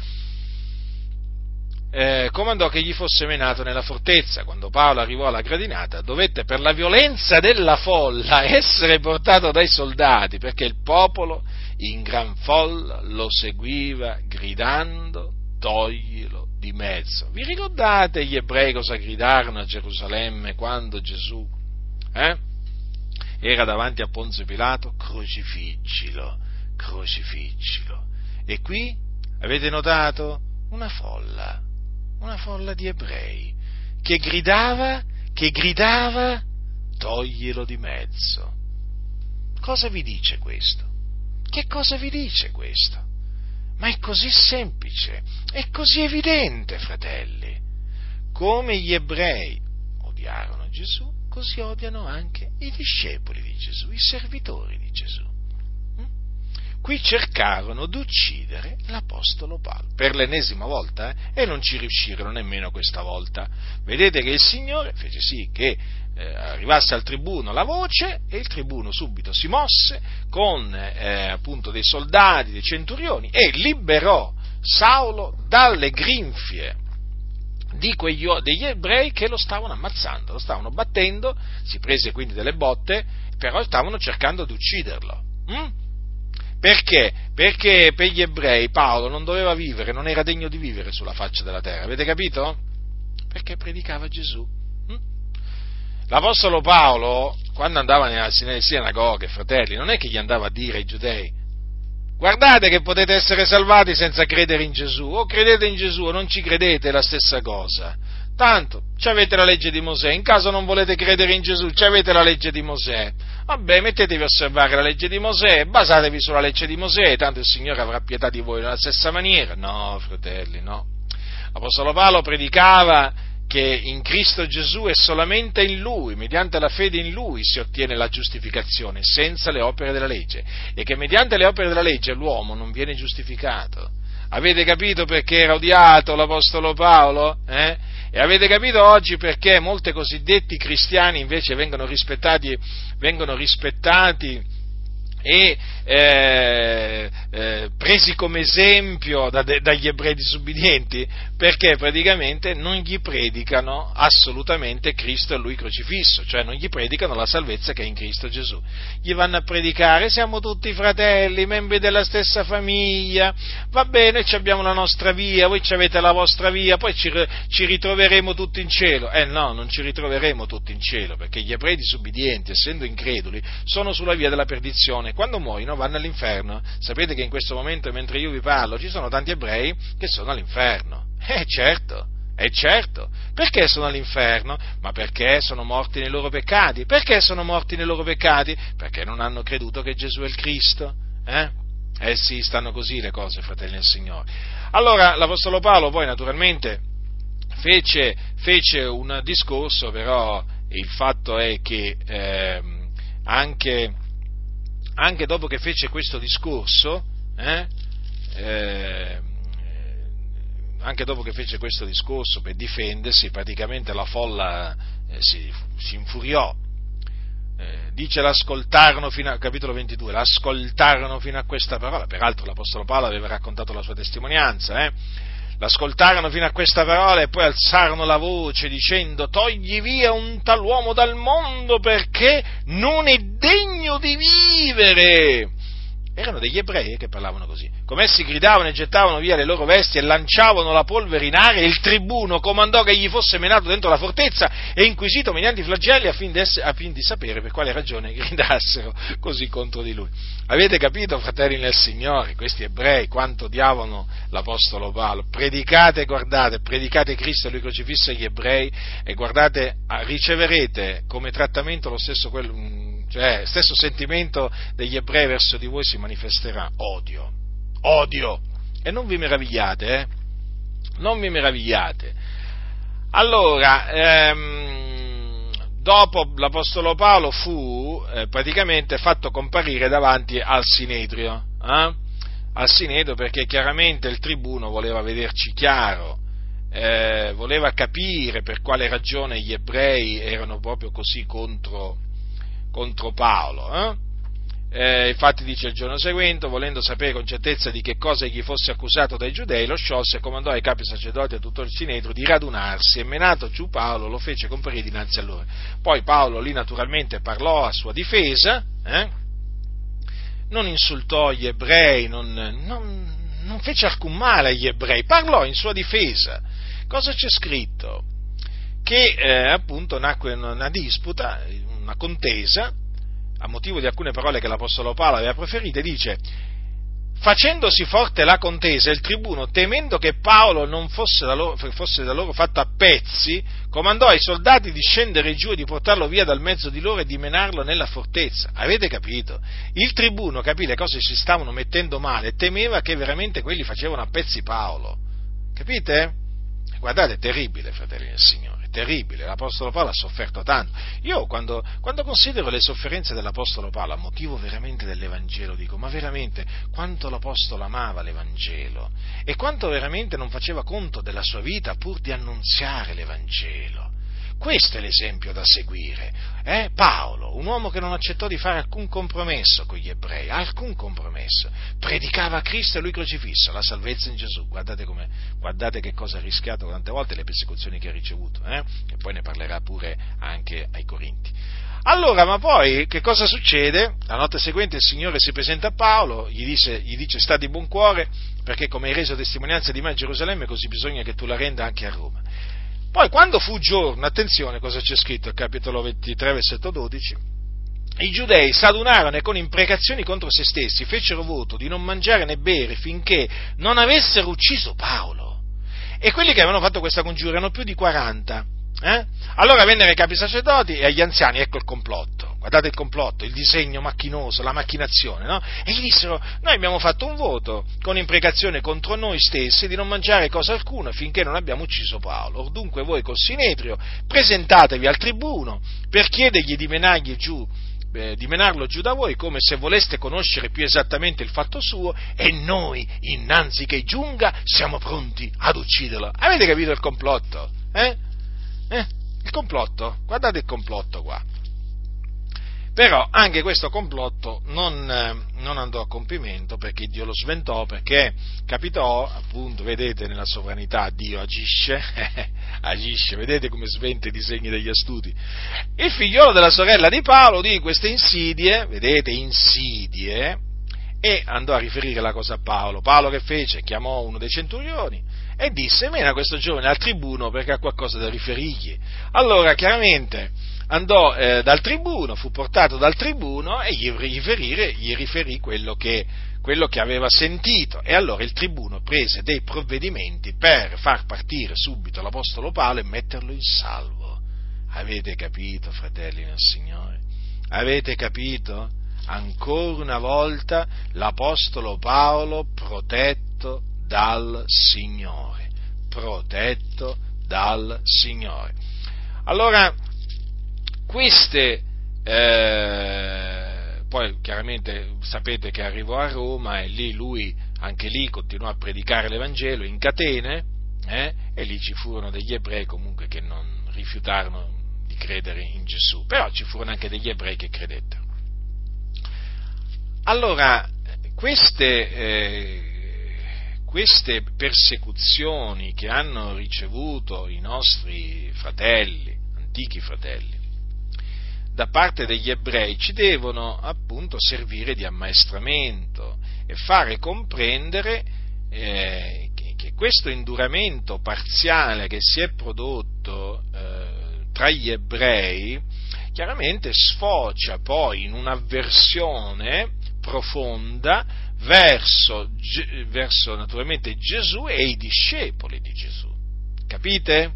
Eh, comandò che gli fosse menato nella fortezza. Quando Paolo arrivò alla gradinata, dovette per la violenza della folla essere portato dai soldati, perché il popolo in gran folla lo seguiva gridando: toglilo di mezzo. Vi ricordate gli ebrei cosa gridarono a Gerusalemme quando Gesù eh, era davanti a Ponzio Pilato? Crocifiggilo, crocifiggilo. E qui avete notato una folla, una folla di ebrei che gridava, che gridava: toglielo di mezzo. Cosa vi dice questo? Che cosa vi dice questo? Ma è così semplice, è così evidente, fratelli. Come gli ebrei odiarono Gesù, così odiano anche i discepoli di Gesù, i servitori di Gesù. Qui cercarono di uccidere l'apostolo Paolo per l'ennesima volta eh, e non ci riuscirono nemmeno questa volta. Vedete che il Signore fece sì che eh, arrivasse al tribuno la voce e il tribuno subito si mosse con eh, appunto dei soldati, dei centurioni e liberò Saulo dalle grinfie di quegli, degli ebrei che lo stavano ammazzando, lo stavano battendo, si prese quindi delle botte, però stavano cercando di ucciderlo. Mm? Perché? Perché per gli ebrei Paolo non doveva vivere, non era degno di vivere sulla faccia della terra, avete capito? Perché predicava Gesù. Mm? L'Apostolo Paolo, quando andava nelle sinagoghe, fratelli, non è che gli andava a dire ai giudei: guardate che potete essere salvati senza credere in Gesù, o credete in Gesù o non ci credete, è la stessa cosa. Tanto, c'avete la legge di Mosè, in caso non volete credere in Gesù, c'avete la legge di Mosè. Vabbè, mettetevi a osservare la legge di Mosè, basatevi sulla legge di Mosè, tanto il Signore avrà pietà di voi nella stessa maniera. No, fratelli, no. L'Apostolo Paolo predicava che in Cristo Gesù e solamente in Lui, mediante la fede in Lui, si ottiene la giustificazione, senza le opere della legge, e che mediante le opere della legge l'uomo non viene giustificato. Avete capito perché era odiato l'Apostolo Paolo? Eh? E avete capito oggi perché molti cosiddetti cristiani invece vengono rispettati, vengono rispettati e eh, eh, presi come esempio da, de, dagli ebrei disubbidienti? Perché praticamente non gli predicano assolutamente Cristo e Lui crocifisso, cioè non gli predicano la salvezza che è in Cristo Gesù. Gli vanno a predicare: siamo tutti fratelli, membri della stessa famiglia, va bene, ci abbiamo la nostra via, voi ci avete la vostra via, poi ci, ci ritroveremo tutti in cielo. Eh no, non ci ritroveremo tutti in cielo, perché gli ebrei disubbidienti, essendo increduli, sono sulla via della perdizione. Quando muoiono vanno all'inferno. Sapete che in questo momento, mentre io vi parlo, ci sono tanti ebrei che sono all'inferno. Eh certo, è certo. Perché sono all'inferno? Ma perché sono morti nei loro peccati. Perché sono morti nei loro peccati? Perché non hanno creduto che Gesù è il Cristo. Eh? Eh sì, stanno così le cose, fratelli del Signore. Allora, l'Apostolo Paolo poi naturalmente fece, fece un discorso, però il fatto è che eh, anche, anche dopo che fece questo discorso, eh, eh, anche dopo che fece questo discorso per difendersi, praticamente la folla eh, si, si infuriò. Eh, dice l'ascoltarono fino a, capitolo ventidue, l'ascoltarono fino a questa parola. Peraltro l'Apostolo Paolo aveva raccontato la sua testimonianza, eh? L'ascoltarono fino a questa parola e poi alzarono la voce dicendo: togli via un tal uomo dal mondo, perché non è degno di vivere. Erano degli ebrei che parlavano così. Come essi gridavano e gettavano via le loro vesti e lanciavano la polvere in aria, il tribuno comandò che gli fosse menato dentro la fortezza e inquisito mediante i flagelli a fin, a fin di sapere per quale ragione gridassero così contro di lui. Avete capito, fratelli nel Signore, questi ebrei quanto odiavano l'Apostolo Paolo? Predicate, guardate, predicate Cristo e Lui crocifisso agli ebrei e guardate, riceverete come trattamento lo stesso quello, cioè stesso sentimento degli ebrei verso di voi si manifesterà: odio, odio, e non vi meravigliate, eh? Non vi meravigliate. Allora, ehm, dopo l'Apostolo Paolo fu eh, praticamente fatto comparire davanti al Sinedrio, eh? al Sinedrio perché chiaramente il tribuno voleva vederci chiaro, eh, voleva capire per quale ragione gli ebrei erano proprio così contro contro Paolo, eh? Eh, infatti dice il giorno seguente, volendo sapere con certezza di che cosa egli fosse accusato dai giudei, lo sciolse e comandò ai capi sacerdoti e a tutto il sinedrio di radunarsi, e menato giù Paolo lo fece comparire dinanzi a loro. Poi Paolo lì naturalmente parlò a sua difesa, eh? Non insultò gli ebrei, non, non, non fece alcun male agli ebrei, parlò in sua difesa. Cosa c'è scritto? Che eh, appunto nacque una disputa, una contesa, a motivo di alcune parole che l'Apostolo Paolo aveva proferite. Dice: facendosi forte la contesa, il tribuno, temendo che Paolo non fosse da loro, fosse da loro fatto a pezzi, comandò ai soldati di scendere giù e di portarlo via dal mezzo di loro e di menarlo nella fortezza. Avete capito? Il tribuno capì le cose si stavano mettendo male e temeva che veramente quelli facevano a pezzi Paolo. Capite? Guardate, è terribile, fratelli del Signore, è terribile. L'Apostolo Paolo ha sofferto tanto. Io quando, quando considero le sofferenze dell'Apostolo Paolo a motivo veramente dell'Evangelo, dico: ma veramente quanto l'Apostolo amava l'Evangelo e quanto veramente non faceva conto della sua vita pur di annunziare l'Evangelo. Questo è l'esempio da seguire. Eh? Paolo, un uomo che non accettò di fare alcun compromesso con gli ebrei, alcun compromesso, predicava Cristo e lui crocifisso, la salvezza in Gesù. Guardate, come, guardate che cosa ha rischiato tante volte, le persecuzioni che ha ricevuto, eh? E poi ne parlerà pure anche ai Corinti. Allora, ma poi che cosa succede? La notte seguente il Signore si presenta a Paolo, gli dice, gli dice sta di buon cuore, perché come hai reso testimonianza di me a Gerusalemme, così bisogna che tu la renda anche a Roma. Poi quando fu giorno, attenzione cosa c'è scritto al capitolo ventitré, versetto dodici, i giudei s'adunarono e con imprecazioni contro se stessi fecero voto di non mangiare né bere finché non avessero ucciso Paolo. E quelli che avevano fatto questa congiura erano più di quaranta. Eh? Allora vennero ai capi sacerdoti e agli anziani, ecco il complotto, guardate il complotto, il disegno macchinoso, la macchinazione, no? E gli dissero, noi abbiamo fatto un voto con imprecazione contro noi stessi di non mangiare cosa alcuna finché non abbiamo ucciso Paolo. Or dunque voi col Sinedrio presentatevi al tribuno per chiedergli di menargli giù, eh, di menarlo giù da voi, come se voleste conoscere più esattamente il fatto suo, e noi, innanzi che giunga, siamo pronti ad ucciderlo. Avete capito il complotto? Eh? Eh, il complotto, guardate il complotto qua. Però anche questo complotto non, eh, non andò a compimento, perché Dio lo sventò, perché capitò, appunto, vedete, nella sovranità Dio agisce, agisce, vedete come sventa i disegni degli astuti. Il figliolo della sorella di Paolo udì queste insidie, vedete, insidie, e andò a riferire la cosa a Paolo. Paolo che fece? Chiamò uno dei centurioni e disse, mena questo giovane al tribuno perché ha qualcosa da riferirgli. Allora chiaramente andò eh, dal tribuno, fu portato dal tribuno e gli, riferire, gli riferì quello che, quello che aveva sentito, e allora il tribuno prese dei provvedimenti per far partire subito l'apostolo Paolo e metterlo in salvo. Avete capito, fratelli nel Signore? Avete capito? Ancora una volta l'apostolo Paolo protetto dal Signore, protetto dal Signore. Allora, queste, eh, poi chiaramente sapete che arrivò a Roma e lì lui, anche lì, continuò a predicare l'Evangelo in catene, eh, e lì ci furono degli ebrei comunque che non rifiutarono di credere in Gesù, però ci furono anche degli ebrei che credettero. Allora, queste, eh, queste persecuzioni che hanno ricevuto i nostri fratelli, antichi fratelli, da parte degli ebrei, ci devono appunto servire di ammaestramento e fare comprendere eh, che, che questo induramento parziale che si è prodotto eh, tra gli ebrei chiaramente sfocia poi in un'avversione profonda verso, verso naturalmente Gesù e i discepoli di Gesù. Capite?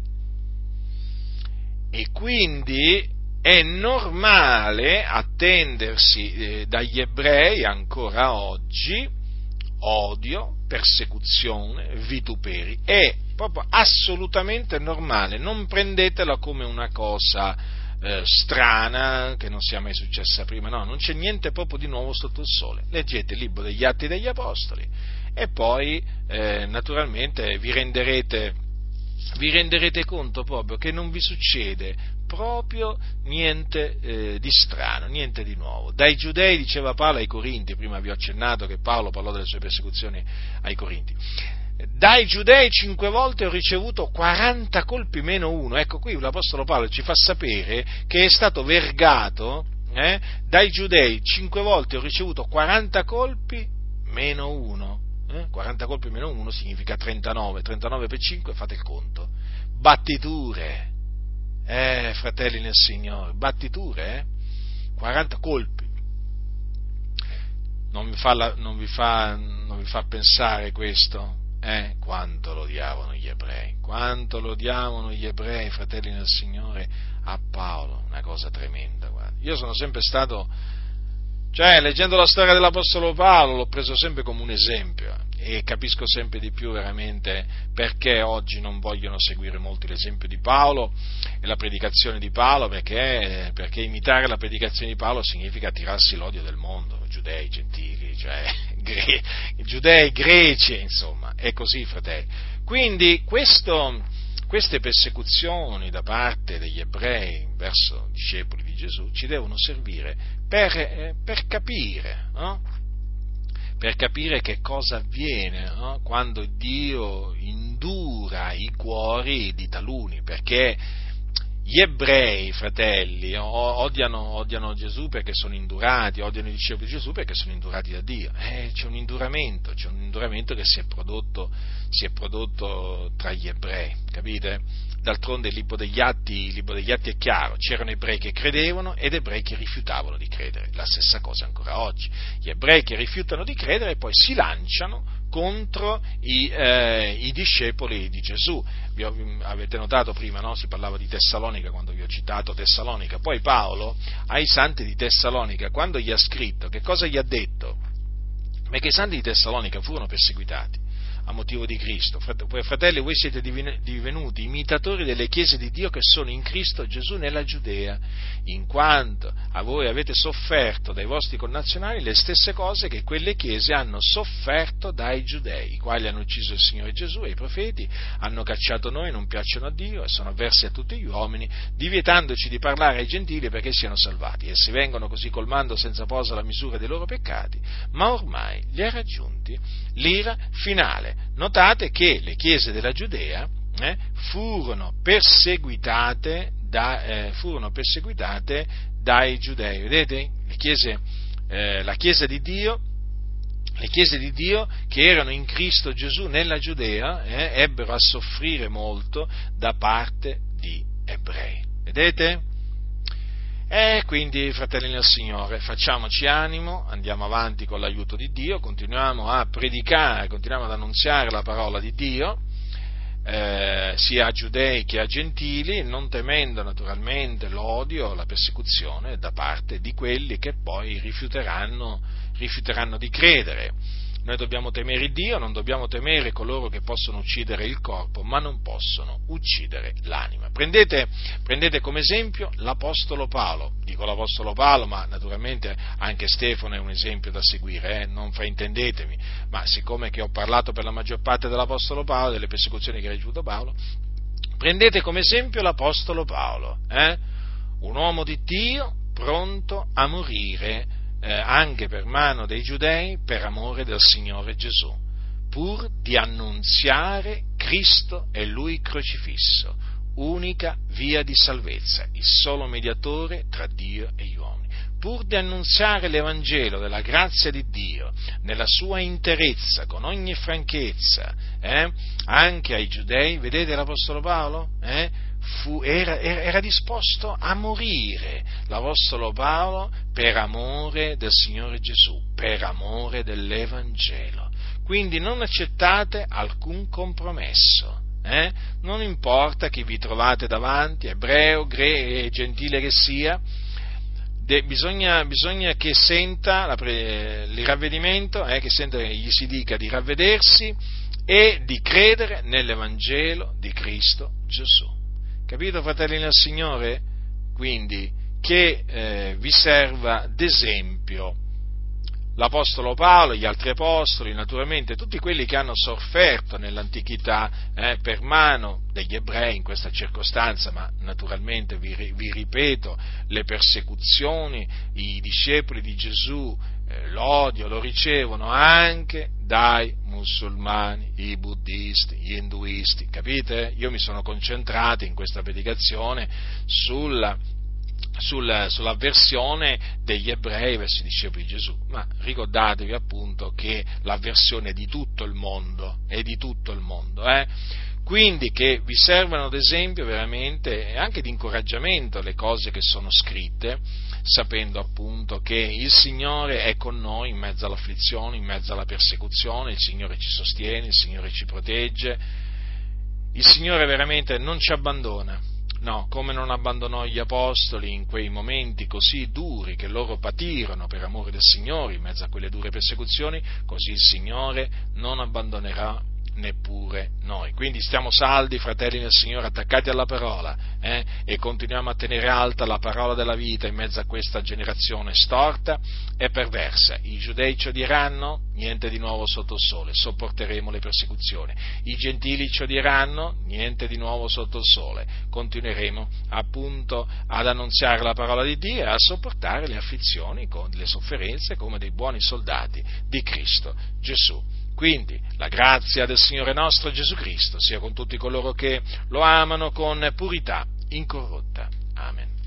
E quindi è normale attendersi eh, dagli ebrei ancora oggi odio, persecuzione, vituperi. È proprio assolutamente normale, non prendetela come una cosa eh, strana che non sia mai successa prima, no, non c'è niente proprio di nuovo sotto il sole. Leggete il libro degli Atti degli Apostoli e poi eh, naturalmente vi renderete vi renderete conto proprio che non vi succede proprio niente eh, di strano, niente di nuovo. Dai giudei, diceva Paolo ai Corinti, prima vi ho accennato che Paolo parlò delle sue persecuzioni ai Corinti, dai giudei cinque volte ho ricevuto quaranta colpi meno uno. Ecco, qui l'Apostolo Paolo ci fa sapere che è stato vergato, eh, dai giudei cinque volte ho ricevuto quaranta colpi meno uno. Eh? quaranta colpi meno uno significa trentanove, trentanove per cinque, fate il conto. Battiture, eh, fratelli nel Signore, battiture, eh? quaranta colpi. Non vi fa, la, non vi fa, non vi fa pensare questo? Eh? Quanto lo odiavano gli ebrei, quanto lo odiavano gli ebrei, fratelli nel Signore, a Paolo, una cosa tremenda, guarda. Io sono sempre stato, cioè, leggendo la storia dell'Apostolo Paolo, l'ho preso sempre come un esempio e capisco sempre di più veramente perché oggi non vogliono seguire molti l'esempio di Paolo e la predicazione di Paolo, perché, perché imitare la predicazione di Paolo significa attirarsi l'odio del mondo, giudei, gentili, cioè gre, giudei, greci, insomma, è così, fratelli. Quindi questo, queste persecuzioni da parte degli ebrei verso i discepoli di Gesù ci devono servire per, eh, per capire, no? Per capire che cosa avviene, no? Quando Dio indura i cuori di taluni, perché gli ebrei, fratelli, odiano, odiano Gesù perché sono indurati, odiano i discepoli di Gesù perché sono indurati da Dio. Eh, c'è un induramento, c'è un induramento che si è prodotto, si è prodotto tra gli ebrei, capite? D'altronde il libro degli Atti, il libro degli Atti è chiaro, c'erano ebrei che credevano ed ebrei che rifiutavano di credere. La stessa cosa ancora oggi. Gli ebrei che rifiutano di credere e poi si lanciano contro i, eh, i discepoli di Gesù. Vi ho, avete notato prima, no? Si parlava di Tessalonica quando vi ho citato Tessalonica. Poi Paolo ai santi di Tessalonica, quando gli ha scritto, che cosa gli ha detto? Perché i santi di Tessalonica furono perseguitati a motivo di Cristo. Fratelli, voi siete divenuti imitatori delle chiese di Dio che sono in Cristo Gesù nella Giudea, in quanto a voi avete sofferto dai vostri connazionali le stesse cose che quelle chiese hanno sofferto dai giudei, i quali hanno ucciso il Signore Gesù e i profeti, hanno cacciato noi, non piacciono a Dio e sono avversi a tutti gli uomini, divietandoci di parlare ai gentili perché siano salvati. Essi vengono così colmando senza posa la misura dei loro peccati, ma ormai li ha raggiunti l'ira finale. Notate che le chiese della Giudea eh, furono perseguitate, da, eh, furono perseguitate dai giudei. Vedete? Le chiese, eh, la Chiesa di Dio, le chiese di Dio che erano in Cristo Gesù nella Giudea eh, ebbero a soffrire molto da parte di ebrei. Vedete? E quindi, fratelli nel Signore, facciamoci animo, andiamo avanti con l'aiuto di Dio, continuiamo a predicare, continuiamo ad annunziare la parola di Dio, eh, sia a giudei che a gentili, non temendo naturalmente l'odio, la persecuzione da parte di quelli che poi rifiuteranno, rifiuteranno di credere. Noi dobbiamo temere Dio, non dobbiamo temere coloro che possono uccidere il corpo, ma non possono uccidere l'anima. Prendete, prendete come esempio l'Apostolo Paolo, dico l'Apostolo Paolo, ma naturalmente anche Stefano è un esempio da seguire, eh? Non fraintendetemi, ma siccome che ho parlato per la maggior parte dell'Apostolo Paolo, delle persecuzioni che ha ricevuto Paolo, prendete come esempio l'Apostolo Paolo, eh? Un uomo di Dio pronto a morire, Eh, anche per mano dei giudei, per amore del Signore Gesù, pur di annunziare Cristo e Lui crocifisso, unica via di salvezza, il solo mediatore tra Dio e gli uomini, pur di annunziare l'Evangelo della grazia di Dio nella sua interezza, con ogni franchezza, eh, anche ai giudei. Vedete l'Apostolo Paolo? Eh? Fu, era, era disposto a morire l'Apostolo Paolo per amore del Signore Gesù, per amore dell'Evangelo. Quindi non accettate alcun compromesso, eh? Non importa chi vi trovate davanti, ebreo, gre, gentile che sia, de, bisogna, bisogna che senta la, il ravvedimento, eh, che senta, gli si dica di ravvedersi e di credere nell'Evangelo di Cristo Gesù. Capito, fratelli nel Signore? Quindi, che eh, vi serva d'esempio l'Apostolo Paolo, gli altri apostoli, naturalmente tutti quelli che hanno sofferto nell'antichità eh, per mano degli ebrei in questa circostanza, ma naturalmente vi, vi ripeto, le persecuzioni, i discepoli di Gesù, eh, l'odio lo ricevono anche dai musulmani, i buddisti, gli induisti, capite? Io mi sono concentrato in questa predicazione sulla Sul, sull'avversione degli ebrei verso i discepoli di Gesù, ma ricordatevi appunto che l'avversione è di tutto il mondo, è di tutto il mondo, eh? Quindi che vi servano ad esempio veramente e anche di incoraggiamento le cose che sono scritte, sapendo appunto che il Signore è con noi in mezzo all'afflizione, in mezzo alla persecuzione, il Signore ci sostiene, il Signore ci protegge, il Signore veramente non ci abbandona. No, come non abbandonò gli apostoli in quei momenti così duri che loro patirono per amore del Signore in mezzo a quelle dure persecuzioni, così il Signore non abbandonerà neppure noi. quindi stiamo saldi, fratelli nel Signore, attaccati alla parola, eh, e continuiamo a tenere alta la parola della vita in mezzo a questa generazione storta e perversa. I giudei ci odieranno, niente di nuovo sotto il sole, sopporteremo le persecuzioni. I gentili ci odieranno, niente di nuovo sotto il sole, continueremo appunto ad annunziare la parola di Dio e a sopportare le afflizioni, le sofferenze come dei buoni soldati di Cristo Gesù. Quindi la grazia del Signore nostro Gesù Cristo sia con tutti coloro che lo amano con purità incorrotta. Amen.